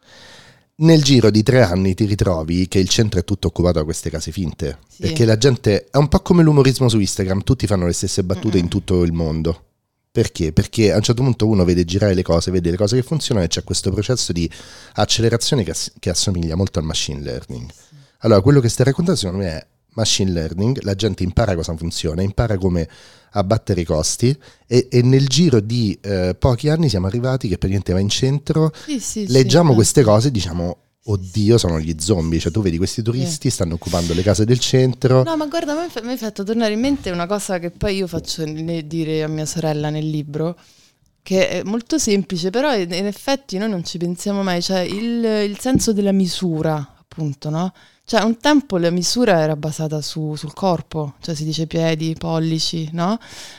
Nel giro di tre anni ti ritrovi che il centro è tutto occupato da queste case finte, sì. perché la gente è un po' come l'umorismo su Instagram, tutti fanno le stesse battute mm-hmm. in tutto il mondo. Perché? Perché a un certo punto uno vede girare le cose, vede le cose che funzionano e c'è questo processo di accelerazione che, ass- che assomiglia molto al machine learning. Allora, quello che stai raccontando secondo me è machine learning, la gente impara cosa funziona, impara come abbattere i costi e, e nel giro di eh, pochi anni siamo arrivati che praticamente va in centro, sì, sì, leggiamo sì, queste cose e diciamo oddio sono gli zombie, cioè tu vedi questi turisti yeah. stanno occupando le case del centro. No ma guarda, mi hai fatto tornare in mente una cosa che poi io faccio dire a mia sorella nel libro, che è molto semplice però in effetti noi non ci pensiamo mai, cioè il, il senso della misura appunto, no? Cioè un tempo la misura era basata su, sul corpo, cioè si dice piedi, pollici, no?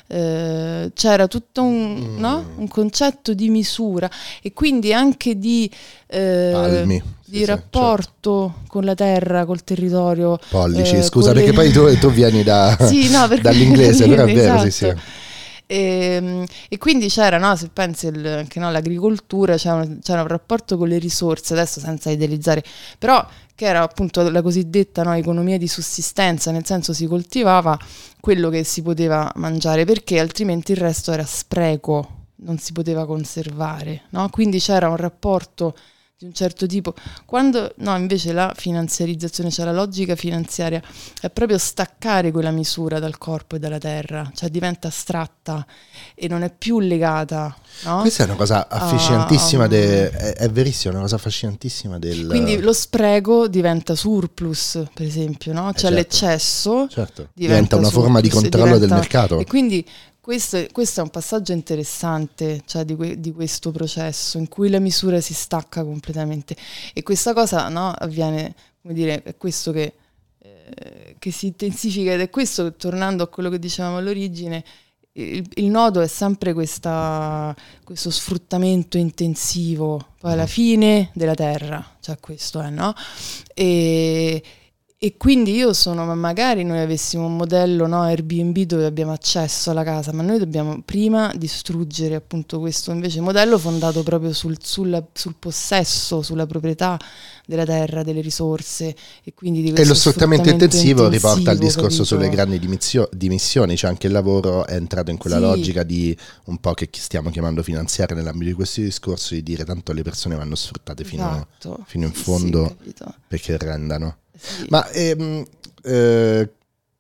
Eh, c'era tutto un, mm. no? un concetto di misura e quindi anche di, eh, Palmi, di sì, rapporto certo. con la terra, col territorio. Pollici, eh, scusa perché le... poi tu, tu vieni da, sì, no, dall'inglese, però è vero, esatto. sì sì. E, e quindi c'era, no, se pensi il, anche no, l'agricoltura, c'era un, c'era un rapporto con le risorse, adesso senza idealizzare, però che era appunto la cosiddetta, no, economia di sussistenza, nel senso si coltivava quello che si poteva mangiare perché altrimenti il resto era spreco, non si poteva conservare, no? Quindi c'era un rapporto di un certo tipo. Quando no, invece la finanziarizzazione, cioè la logica finanziaria è proprio staccare quella misura dal corpo e dalla terra, cioè diventa astratta e non è più legata, no? Questa è una cosa affascinantissima, Ah, de, è, è verissimo, è una cosa affascinantissima del... Quindi lo spreco diventa surplus, per esempio, no? Cioè certo, l'eccesso certo. diventa, diventa una surplus, forma di controllo diventa, del mercato. E quindi questo è, questo è un passaggio interessante, cioè di, que, di questo processo in cui la misura si stacca completamente. E questa cosa, no, avviene, come dire, è questo che, eh, che si intensifica ed è questo, tornando a quello che dicevamo all'origine, il, il nodo è sempre questa, questo sfruttamento intensivo, poi alla fine della terra, cioè questo è, no? E... E quindi io sono, ma magari noi avessimo un modello, no, Airbnb dove abbiamo accesso alla casa, ma noi dobbiamo prima distruggere appunto questo invece modello fondato proprio sul, sulla, sul possesso, sulla proprietà della terra, delle risorse e quindi di questo E lo sfruttamento, sfruttamento intensivo, intensivo riporta al discorso, capito? Sulle grandi dimissio- dimissioni, cioè anche il lavoro è entrato in quella sì. logica di un po' che stiamo chiamando finanziaria nell'ambito di questo discorso, di dire tanto le persone vanno sfruttate fino, esatto. fino in fondo sì, perché rendano. Sì. Ma ehm, eh,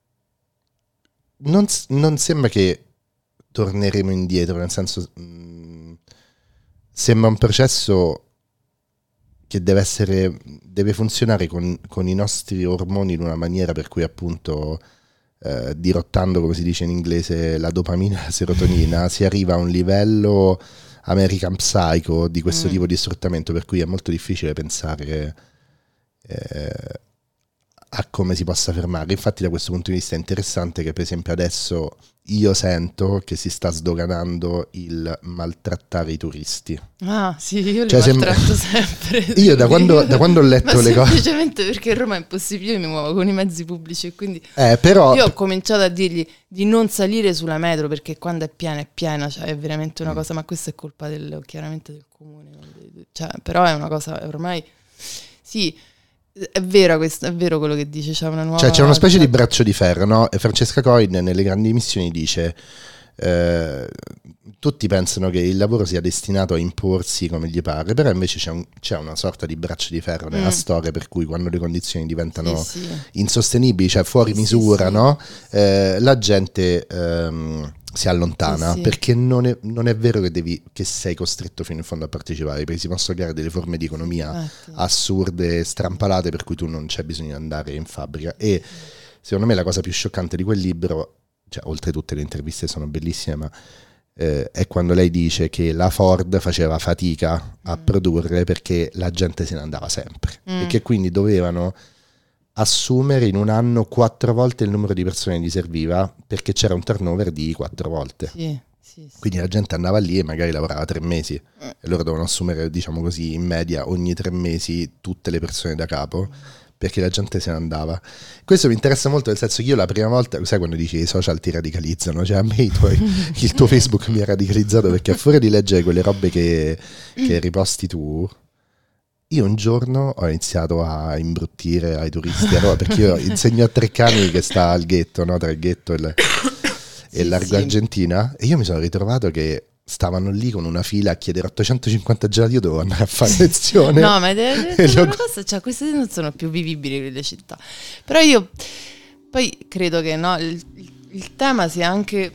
non, non sembra che torneremo indietro, nel senso mh, sembra un processo che deve essere deve funzionare con, con i nostri ormoni in una maniera per cui appunto eh, dirottando, come si dice in inglese, la dopamina e la serotonina si arriva a un livello American Psycho di questo mm. tipo di sfruttamento, per cui è molto difficile pensare eh, a come si possa fermare. Infatti da questo punto di vista è interessante che per esempio adesso io sento che si sta sdoganando il maltrattare i turisti. Ah sì, io li cioè, maltratto sem- sempre. Io da quando, da quando ho letto Ma le cose... semplicemente perché a Roma è impossibile, io mi muovo con i mezzi pubblici e quindi eh, però... io ho cominciato a dirgli di non salire sulla metro perché quando è piena è piena, cioè è veramente una cosa, ma questa è colpa del, chiaramente del comune, cioè, però è una cosa ormai... Sì, è vero, questo, è vero quello che dice, c'è una nuova... Cioè c'è una specie di braccio di ferro, no? E Francesca Coin nelle grandi missioni dice eh, tutti pensano che il lavoro sia destinato a imporsi come gli pare, però invece c'è, un, c'è una sorta di braccio di ferro nella mm. storia per cui quando le condizioni diventano sì, sì. insostenibili, cioè fuori sì, misura, sì, no? Sì. Eh, la gente... Ehm, si allontana sì, sì. perché non è, non è vero che devi che sei costretto fino in fondo a partecipare, perché si possono creare delle forme di economia sì, assurde, strampalate, per cui tu non c'è bisogno di andare in fabbrica. E secondo me la cosa più scioccante di quel libro, cioè oltre tutte le interviste sono bellissime, ma eh, è quando lei dice che la Ford faceva fatica a mm. produrre perché la gente se ne andava sempre mm. e che quindi dovevano assumere in un anno quattro volte il numero di persone che gli serviva perché c'era un turnover di quattro volte. Sì, sì, sì. Quindi la gente andava lì e magari lavorava tre mesi mm. e loro dovevano assumere, diciamo così, in media ogni tre mesi tutte le persone da capo mm. perché la gente se ne andava. Questo mi interessa molto, nel senso che io la prima volta, sai quando dici i social ti radicalizzano, cioè a me i tuoi, il tuo Facebook mi ha radicalizzato perché a fuori di leggere quelle robe che, che riposti tu, io un giorno ho iniziato a imbruttire ai turisti a Roma, perché io insegno a Treccani che sta al ghetto, no? Tra il ghetto e, il, sì, e Largo sì. Argentina, e io mi sono ritrovato che stavano lì con una fila a chiedere ottocentocinquanta gelati, io dovevo andare a fare lezione. No, ma è, è una cosa, cioè, queste non sono più vivibili quelle città. Però io poi credo che no, il, il tema sia anche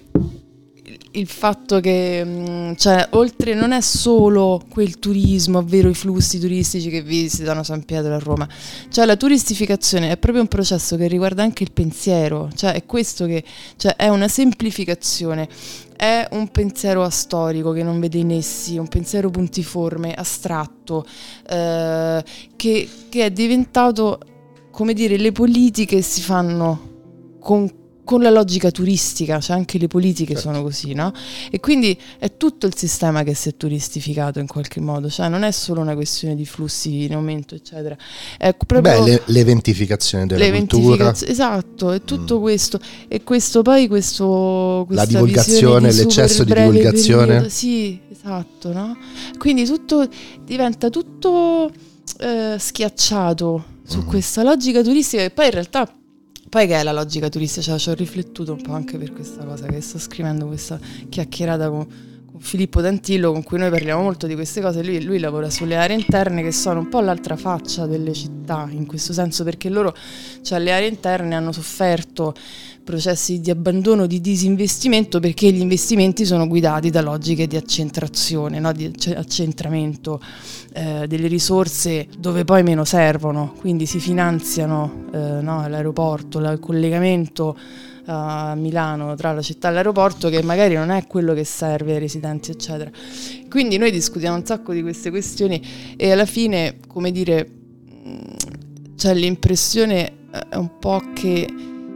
il fatto che, cioè, oltre, non è solo quel turismo, ovvero i flussi turistici che visitano San Pietro a Roma, cioè la turistificazione è proprio un processo che riguarda anche il pensiero, cioè è questo che, cioè è una semplificazione, è un pensiero astorico che non vede in essi, un pensiero puntiforme, astratto, eh, che, che è diventato, come dire, le politiche si fanno con con la logica turistica, cioè anche le politiche certo. sono così, no? E quindi è tutto il sistema che si è turistificato in qualche modo, cioè non è solo una questione di flussi in aumento, eccetera. È proprio Beh, le, l'eventificazione della cultura. Esatto, è tutto mm. questo. E questo poi, questo la divulgazione, di l'eccesso di divulgazione. Periodo, sì, esatto, no? Quindi tutto diventa tutto eh, schiacciato su mm. questa logica turistica che poi in realtà... Poi che è la logica turistica? Cioè, ci ho riflettuto un po' anche per questa cosa che sto scrivendo, questa chiacchierata con, con Filippo Tantillo, con cui noi parliamo molto di queste cose. Lui, lui lavora sulle aree interne, che sono un po' l'altra faccia delle città, in questo senso, perché loro, cioè le aree interne hanno sofferto processi di abbandono, di disinvestimento, perché gli investimenti sono guidati da logiche di accentrazione, no? Di accentramento eh, delle risorse dove poi meno servono, quindi si finanziano eh, no? l'aeroporto, il collegamento a Milano tra la città e l'aeroporto, che magari non è quello che serve ai residenti, eccetera. Quindi noi discutiamo un sacco di queste questioni e alla fine, come dire, c'è l'impressione è un po' che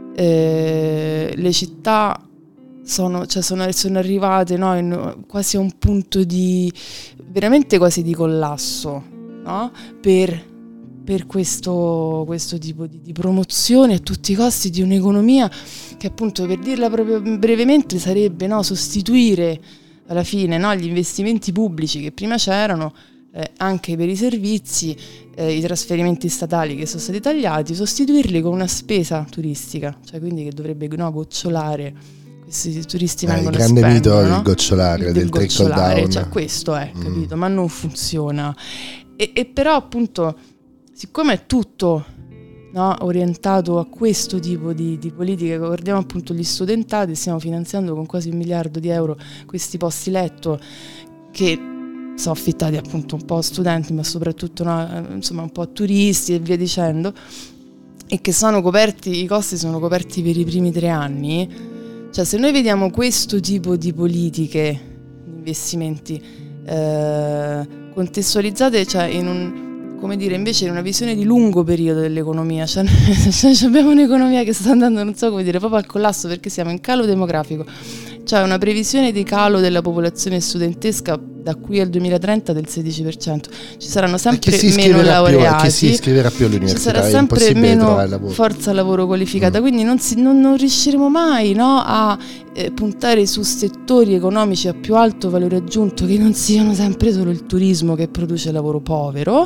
Eh, le città sono, cioè sono, sono arrivate, no, in, quasi a un punto di veramente quasi di collasso, no? per, per questo, questo tipo di, di promozione a tutti i costi di un'economia che, appunto, per dirla proprio brevemente, sarebbe, no, sostituire alla fine, no, gli investimenti pubblici che prima c'erano, Eh, anche per i servizi, eh, i trasferimenti statali che sono stati tagliati, sostituirli con una spesa turistica, cioè quindi che dovrebbe, no, gocciolare. Questi turisti eh, vengono il grande spendono, mito no? del gocciolare, il del trickle down, cioè questo è, mm. capito, ma non funziona. E, e però, appunto, siccome è tutto, no, orientato a questo tipo di, di politiche, guardiamo appunto gli studentati, stiamo finanziando con quasi un miliardo di euro questi posti letto che sono affittati appunto un po' a studenti, ma soprattutto, no, insomma un po' a turisti e via dicendo, e che sono coperti, i costi sono coperti per i primi tre anni. Cioè, se noi vediamo questo tipo di politiche, di investimenti eh, contestualizzate, cioè in un, come dire, invece in una visione di lungo periodo dell'economia, cioè, cioè abbiamo un'economia che sta andando, non so come dire, proprio al collasso, perché siamo in calo demografico. Cioè una previsione di calo della popolazione studentesca da qui al duemilatrenta del sedici per cento. Ci saranno sempre meno laureati, più, chi si iscriverà più all'università, ci sarà sempre meno forza lavoro qualificata, mm. quindi non, si, non, non riusciremo mai, no, a eh, puntare su settori economici a più alto valore aggiunto, che non siano sempre solo il turismo che produce lavoro povero.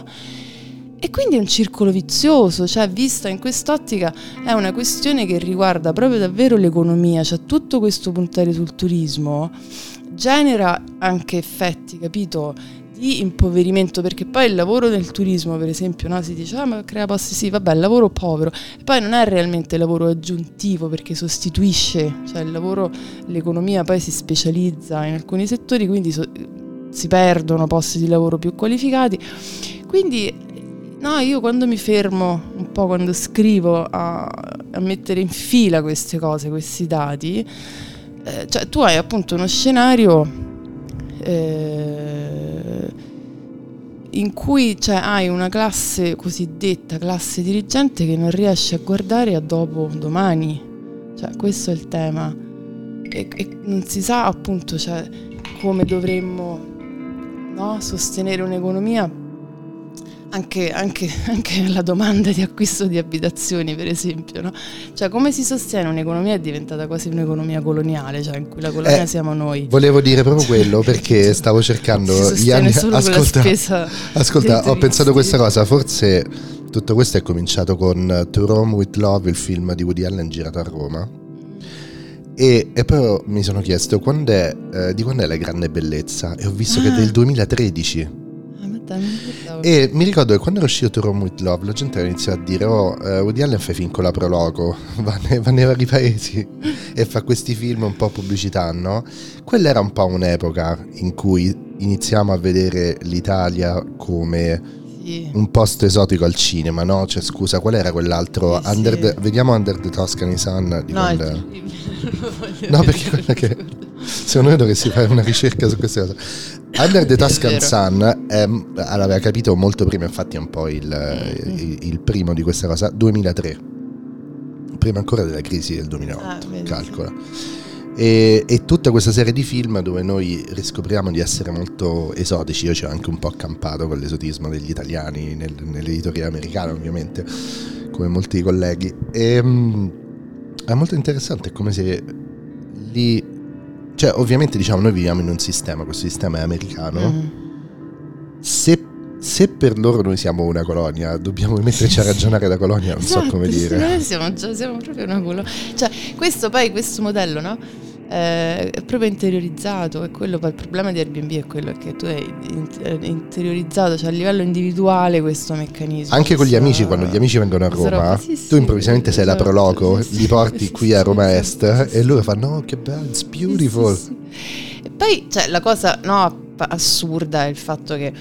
E quindi è un circolo vizioso, cioè vista in quest'ottica è una questione che riguarda proprio davvero l'economia, cioè tutto questo puntare sul turismo genera anche effetti, capito, di impoverimento, perché poi il lavoro nel turismo, per esempio, no, si dice ah ma crea posti, sì vabbè, il lavoro povero, e poi non è realmente lavoro aggiuntivo, perché sostituisce, cioè il lavoro, l'economia poi si specializza in alcuni settori, quindi so, si perdono posti di lavoro più qualificati. Quindi no, io quando mi fermo un po', quando scrivo, a, a mettere in fila queste cose, questi dati, eh, cioè tu hai appunto uno scenario eh, in cui, cioè, hai una classe cosiddetta classe dirigente che non riesce a guardare a dopo domani, cioè questo è il tema, e, e non si sa appunto, cioè, come dovremmo, no, sostenere un'economia. Anche, anche, anche la domanda di acquisto di abitazioni, per esempio, no? Cioè, come si sostiene un'economia è diventata quasi un'economia coloniale, cioè in cui la colonia eh, siamo noi. Volevo dire proprio quello, perché stavo cercando gli anni. Ascolta, ascolta, ho pensato questa cosa, forse tutto questo è cominciato con To Rome with Love, il film di Woody Allen girato a Roma. E, e poi mi sono chiesto quando è, eh, di quando è La grande bellezza, e ho visto ah. che è del duemilatredici. E mi ricordo che quando era uscito To Rome with Love la gente iniziò a dire oh, uh, Woody Allen fa film con la Prologo, va, ne, va nei vari paesi e fa questi film un po' pubblicità, no? Quella era un po' un'epoca in cui iniziamo a vedere l'Italia come sì. un posto esotico al cinema, no? Cioè scusa, qual era quell'altro? Sì, Under the, sì. Vediamo Under the Tuscany Sun di no, quel... no, perché quella che secondo me dovresti fare una ricerca su queste cose. Under the Tuscan Sun è, l'aveva capito molto prima, infatti è un po' il, il, il primo di questa cosa, duemilatré, prima ancora della crisi del duemilaotto, ah, calcola. E, e tutta questa serie di film dove noi riscopriamo di essere molto esotici. Io ci ho anche un po' accampato con l'esotismo degli italiani nel, nell'editoria americana, ovviamente, come molti colleghi. E um, è molto interessante, è come se lì, cioè ovviamente diciamo noi viviamo in un sistema, questo sistema è americano. Mm. Se Se per loro noi siamo una colonia, dobbiamo metterci a ragionare da colonia, non esatto, so come dire. Noi siamo, già, siamo proprio una colonia. Cioè, questo poi, questo modello, no? Eh, è proprio interiorizzato. E quello poi il problema di Airbnb è quello che tu hai interiorizzato, cioè a livello individuale questo meccanismo. Anche con gli amici, quando gli amici vengono a Roma, sì, sì, tu improvvisamente sì, sei esatto, la Proloco, sì, li porti sì, qui a Roma sì, Est sì, e loro fanno, oh che bello, it's beautiful. Sì, sì, sì. E poi, cioè, la cosa no, assurda è il fatto che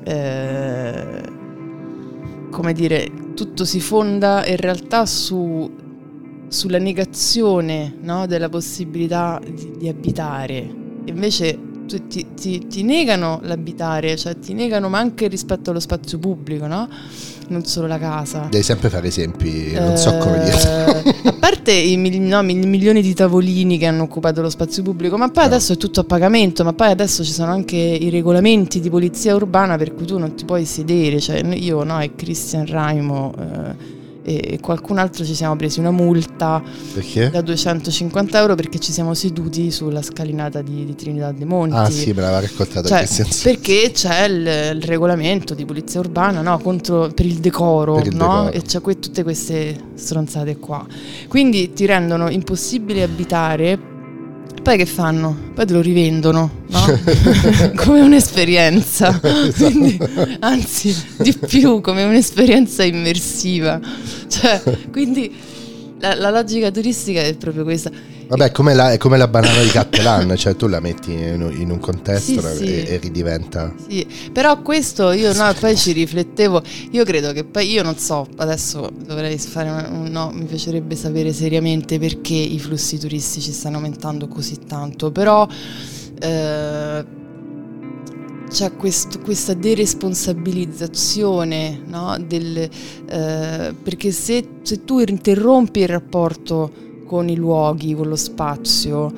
Eh, come dire, tutto si fonda in realtà su, sulla negazione, no, della possibilità di, di abitare. Invece tu, ti, ti, ti negano l'abitare, cioè ti negano, ma anche rispetto allo spazio pubblico, no? Non solo la casa. Devi sempre fare esempi, non eh, so come dirti. A parte i, no, i milioni di tavolini che hanno occupato lo spazio pubblico, ma poi no. Adesso è tutto a pagamento, ma poi adesso ci sono anche i regolamenti di polizia urbana per cui tu non ti puoi sedere, cioè io no e Cristian Raimo eh, e qualcun altro ci siamo presi una multa perché? Da duecentocinquanta euro perché ci siamo seduti sulla scalinata di, di Trinità dei Monti. Ah sì, me l'aveva raccontata, cioè, perché c'è il, il regolamento di polizia urbana, no, contro, per il decoro, per il no? Decoro. E c'è que- tutte queste stronzate qua, quindi ti rendono impossibile abitare. Poi che fanno? Poi te lo rivendono, no? Come un'esperienza. Quindi, anzi, di più, come un'esperienza immersiva. Cioè, quindi la, la logica turistica è proprio questa. Vabbè, è come la, è come la banana di Cattelan, cioè tu la metti in, in un contesto sì, e, sì. e ridiventa. Sì, però questo io no, poi ci riflettevo, io credo che poi io non so, adesso dovrei fare un no, mi piacerebbe sapere seriamente perché i flussi turistici stanno aumentando così tanto, però eh, c'è questo, questa deresponsabilizzazione, no, del, eh, perché se, se tu interrompi il rapporto con i luoghi, con lo spazio,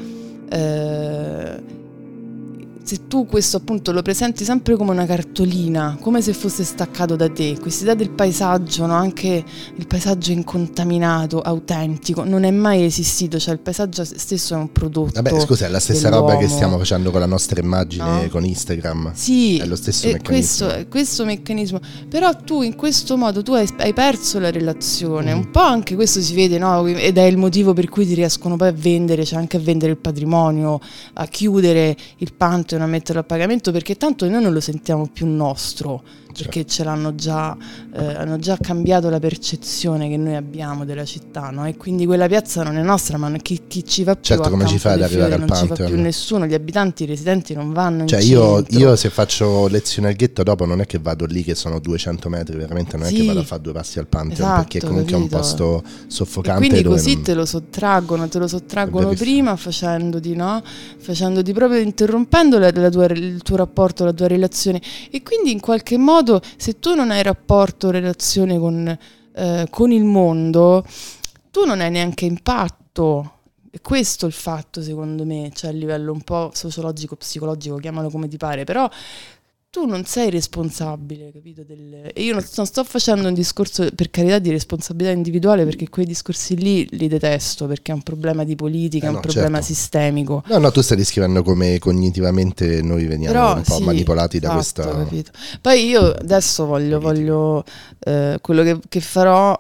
eh, se tu questo appunto lo presenti sempre come una cartolina, come se fosse staccato da te, quest'idea del paesaggio, no? Anche il paesaggio incontaminato, autentico, non è mai esistito, cioè il paesaggio stesso è un prodotto. Vabbè, scusa, è la stessa dell'uomo. Roba che stiamo facendo con la nostra immagine, no? Con Instagram. Sì, è lo stesso è meccanismo. Questo, questo meccanismo. Però tu in questo modo tu hai, hai perso la relazione, mm. un po' anche questo si vede, no? Ed è il motivo per cui ti riescono poi a vendere, cioè anche a vendere il patrimonio, a chiudere il Pantheon, a metterlo a pagamento, perché tanto noi non lo sentiamo più nostro, perché ce l'hanno già eh, hanno già cambiato la percezione che noi abbiamo della città, no? E quindi quella piazza non è nostra, ma chi, chi ci va più certo, a come ci fai ad arrivare al Pantheon? Non ci va più nessuno, gli abitanti, i residenti non vanno cioè in io, centro. io se faccio lezione al ghetto dopo non è che vado lì che sono duecento metri, veramente non è sì, che vado a fare due passi al Pantheon, esatto, perché comunque capito? è un posto soffocante. E quindi dove così non... te lo sottraggono, te lo sottraggono prima facendoti, no? Facendoti proprio interrompendo la, la tua, il tuo rapporto, la tua relazione, e quindi in qualche modo se tu non hai rapporto, relazione con, eh, con il mondo, tu non hai neanche impatto. E questo è il fatto, secondo me, cioè a livello un po' sociologico, psicologico, chiamalo come ti pare, però tu non sei responsabile, capito? Del... E io non, non sto facendo un discorso, per carità, di responsabilità individuale, perché quei discorsi lì li detesto, perché è un problema di politica, è eh no, un problema certo. sistemico. No, no, tu stai descrivendo come cognitivamente noi veniamo però, un po' sì, manipolati da esatto, questa... Capito. Poi io adesso voglio, voglio eh, quello che, che farò,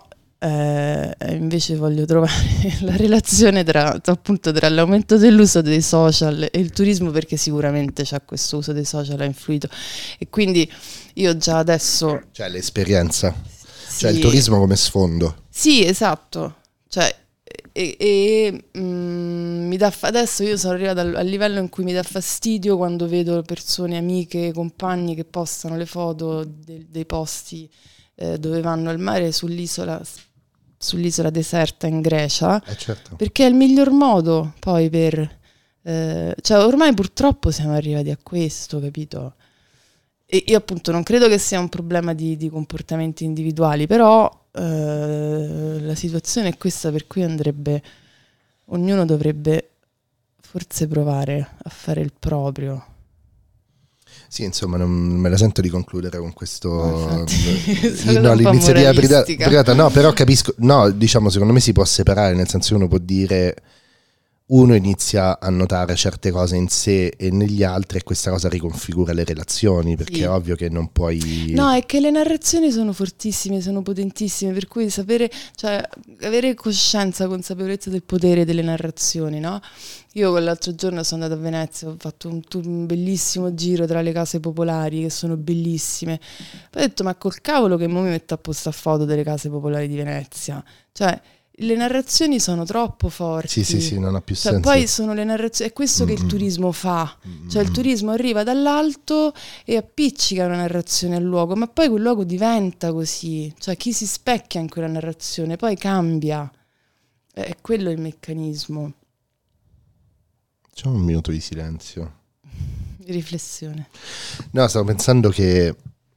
eh, invece voglio trovare la relazione tra, appunto, tra l'aumento dell'uso dei social e il turismo, perché sicuramente c'è questo uso dei social ha influito, e quindi io già adesso cioè l'esperienza sì, cioè il turismo come sfondo, sì, esatto, cioè e, e mm, mi dà adesso io sono arrivata al, al livello in cui mi dà fastidio quando vedo persone, amiche, compagni che postano le foto de, dei posti eh, dove vanno al mare sull'isola sull'isola deserta in Grecia, eh certo. perché è il miglior modo poi per eh, cioè ormai purtroppo siamo arrivati a questo, capito? E io appunto non credo che sia un problema di, di comportamenti individuali, però eh, la situazione è questa, per cui andrebbe, ognuno dovrebbe forse provare a fare il proprio. Sì, insomma, non me la sento di concludere con questo. No, no, l'iniziativa privata, privata, no, però capisco. No, diciamo, secondo me si può separare, nel senso che uno può dire. Uno inizia a notare certe cose in sé e negli altri e questa cosa riconfigura le relazioni, perché sì. È ovvio che non puoi... No, è che le narrazioni sono fortissime, sono potentissime, per cui sapere, cioè avere coscienza, consapevolezza del potere delle narrazioni, no? Io quell'altro giorno sono andata a Venezia, ho fatto un, un bellissimo giro tra le case popolari che sono bellissime. Poi ho detto, ma col cavolo che mo mi metto a postare foto delle case popolari di Venezia. Cioè... Le narrazioni sono troppo forti. Sì, sì, sì, non ha più cioè, senso. Poi sono le narrazioni, è questo mm-hmm. che il turismo fa. Mm-hmm. Cioè il turismo arriva dall'alto e appiccica una narrazione al luogo, ma poi quel luogo diventa così. Cioè chi si specchia in quella narrazione poi cambia. È quello il meccanismo. Facciamo un minuto di silenzio. Di riflessione. No, stavo pensando che...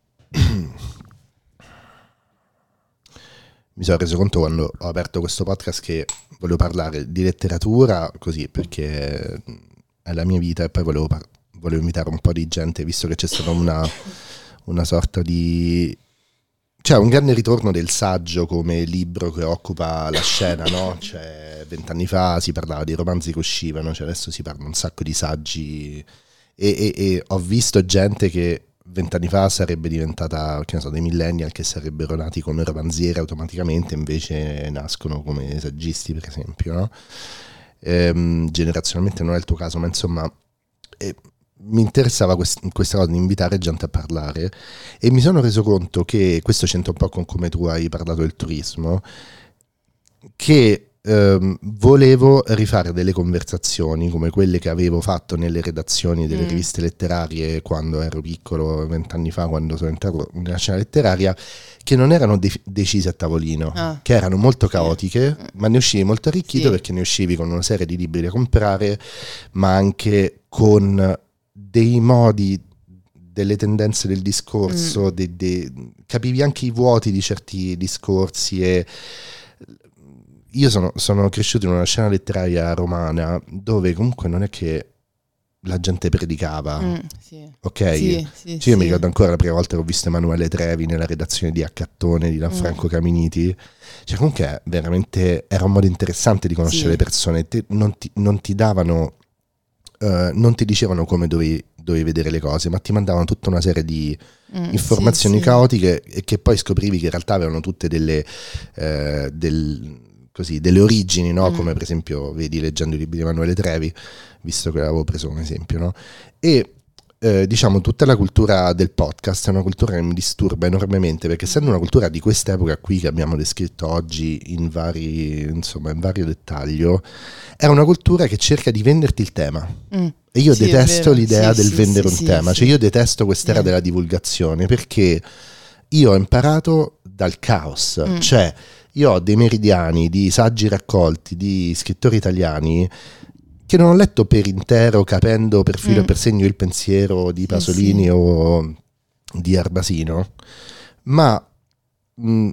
Mi sono reso conto quando ho aperto questo podcast che volevo parlare di letteratura così perché è la mia vita e poi volevo, par- volevo invitare un po' di gente, visto che c'è stata una, una sorta di... Cioè un grande ritorno del saggio come libro che occupa la scena, no? Cioè vent'anni fa si parlava di romanzi che uscivano, cioè adesso si parla un sacco di saggi e, e, e ho visto gente che vent'anni fa sarebbe diventata, che ne so, dei millennial che sarebbero nati come romanzieri automaticamente, invece nascono come saggisti, per esempio, no? Ehm, generazionalmente non è il tuo caso, ma insomma eh, mi interessava quest- questa cosa di invitare gente a parlare e mi sono reso conto che, questo c'entra un po' con come tu hai parlato del turismo, che ehm, volevo rifare delle conversazioni come quelle che avevo fatto nelle redazioni delle mm. riviste letterarie quando ero piccolo, vent'anni fa, quando sono entrato nella scena letteraria, che non erano de- decise a tavolino, ah. che erano molto caotiche, sì. ma ne uscivi molto arricchito, sì. perché ne uscivi con una serie di libri da comprare, ma anche con dei modi, delle tendenze del discorso, mm. de- de- capivi anche i vuoti di certi discorsi. E io sono, sono cresciuto in una scena letteraria romana dove comunque non è che la gente predicava, mm, sì. ok? Sì, sì, cioè, sì. Io mi ricordo ancora la prima volta che ho visto Emanuele Trevi nella redazione di Accattone di Lanfranco mm. Caminiti. Cioè comunque veramente era un modo interessante di conoscere sì. le persone. Te non ti, non ti davano, uh, non ti dicevano come dovevi, dovevi vedere le cose, ma ti mandavano tutta una serie di mm, informazioni sì, caotiche sì. e che poi scoprivi che in realtà avevano tutte delle... Uh, del, così, delle origini, no? Mm. Come per esempio vedi leggendo i libri di Emanuele Trevi, visto che l'avevo preso come esempio, no? E eh, diciamo tutta la cultura del podcast è una cultura che mi disturba enormemente, perché essendo una cultura di quest'epoca qui che abbiamo descritto oggi in vari, insomma, in vario dettaglio, è una cultura che cerca di venderti il tema. Mm. E io sì, detesto l'idea sì, del sì, vendere sì, un sì, tema, sì. Cioè io detesto quest'era mm. della divulgazione, perché io ho imparato dal caos, mm. cioè io ho dei meridiani di saggi raccolti di scrittori italiani che non ho letto per intero, capendo per filo mm. e per segno il pensiero di Pasolini sì, sì. o di Arbasino, ma mh,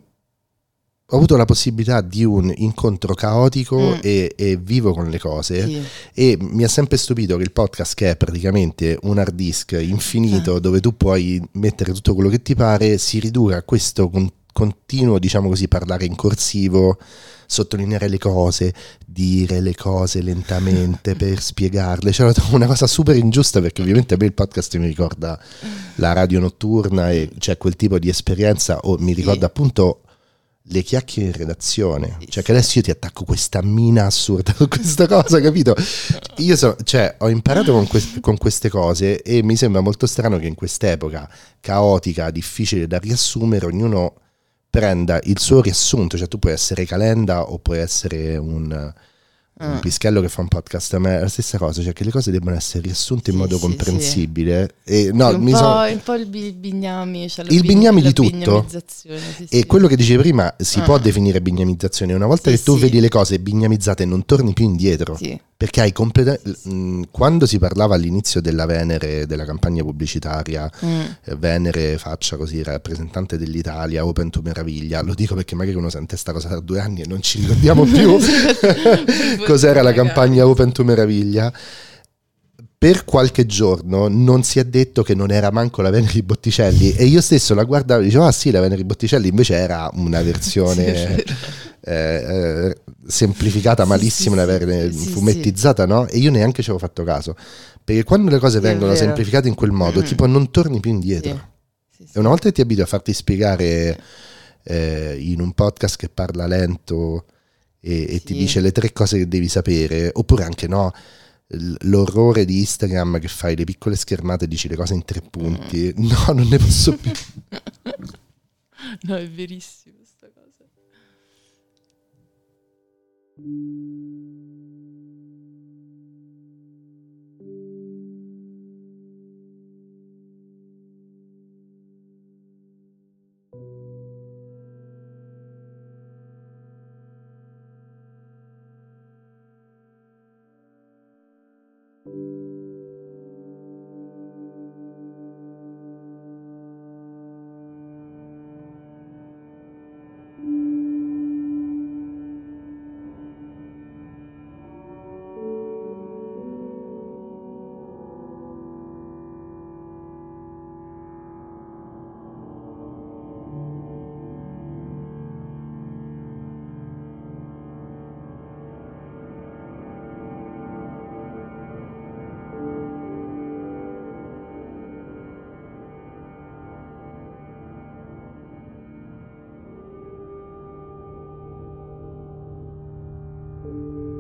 ho avuto la possibilità di un incontro caotico mm. e, e vivo con le cose sì. e mi ha sempre stupito che il podcast, che è praticamente un hard disk infinito ah. dove tu puoi mettere tutto quello che ti pare, si riduca a questo con continuo, diciamo così, parlare in corsivo, sottolineare le cose, dire le cose lentamente per spiegarle. Cioè, una cosa super ingiusta, perché ovviamente a me il podcast mi ricorda la radio notturna e cioè quel tipo di esperienza, o mi ricorda sì. appunto le chiacchiere in redazione, sì, cioè che adesso io ti attacco questa mina assurda con questa cosa, capito? Io so, cioè, ho imparato con, que- con queste cose e mi sembra molto strano che in quest'epoca caotica, difficile da riassumere, ognuno prenda il suo riassunto. Cioè tu puoi essere Calenda o puoi essere un, un Pischello che fa un podcast, a me è la stessa cosa, cioè che le cose debbano essere riassunte in sì, modo sì, comprensibile sì. E, no, sì, un, mi po', so... un po' il bignami, cioè il bignami di tutto sì, e sì. quello che dicevi prima si ah. può definire bignamizzazione una volta sì, che tu sì. vedi le cose bignamizzate non torni più indietro sì. perché hai completamente, quando si parlava all'inizio della Venere, della campagna pubblicitaria, Mm. eh, Venere faccia così rappresentante dell'Italia, Open to Meraviglia, lo dico perché magari uno sente sta cosa da due anni e non ci ricordiamo più cos'era la campagna Open to Meraviglia. Per qualche giorno non si è detto che non era manco la Venere di Botticelli, e io stesso la guardavo e dicevo ah sì, la Venere di Botticelli, invece era una versione Sì, eh, eh, semplificata Sì, malissimo, sì, una ver- sì, sì, fumettizzata, no? E io neanche ci avevo fatto caso, perché quando le cose Sì, è vengono vero. semplificate in quel modo, Mm. tipo non torni più indietro. Sì, sì, E una volta che ti abitui a farti spiegare sì. eh, in un podcast che parla lento e, e ti Sì. dice le tre cose che devi sapere, oppure anche no, l- l'orrore di Instagram che fai le piccole schermate e dici le cose in tre punti, Mm. no, non ne posso più. No, è verissimo sta cosa. Thank you.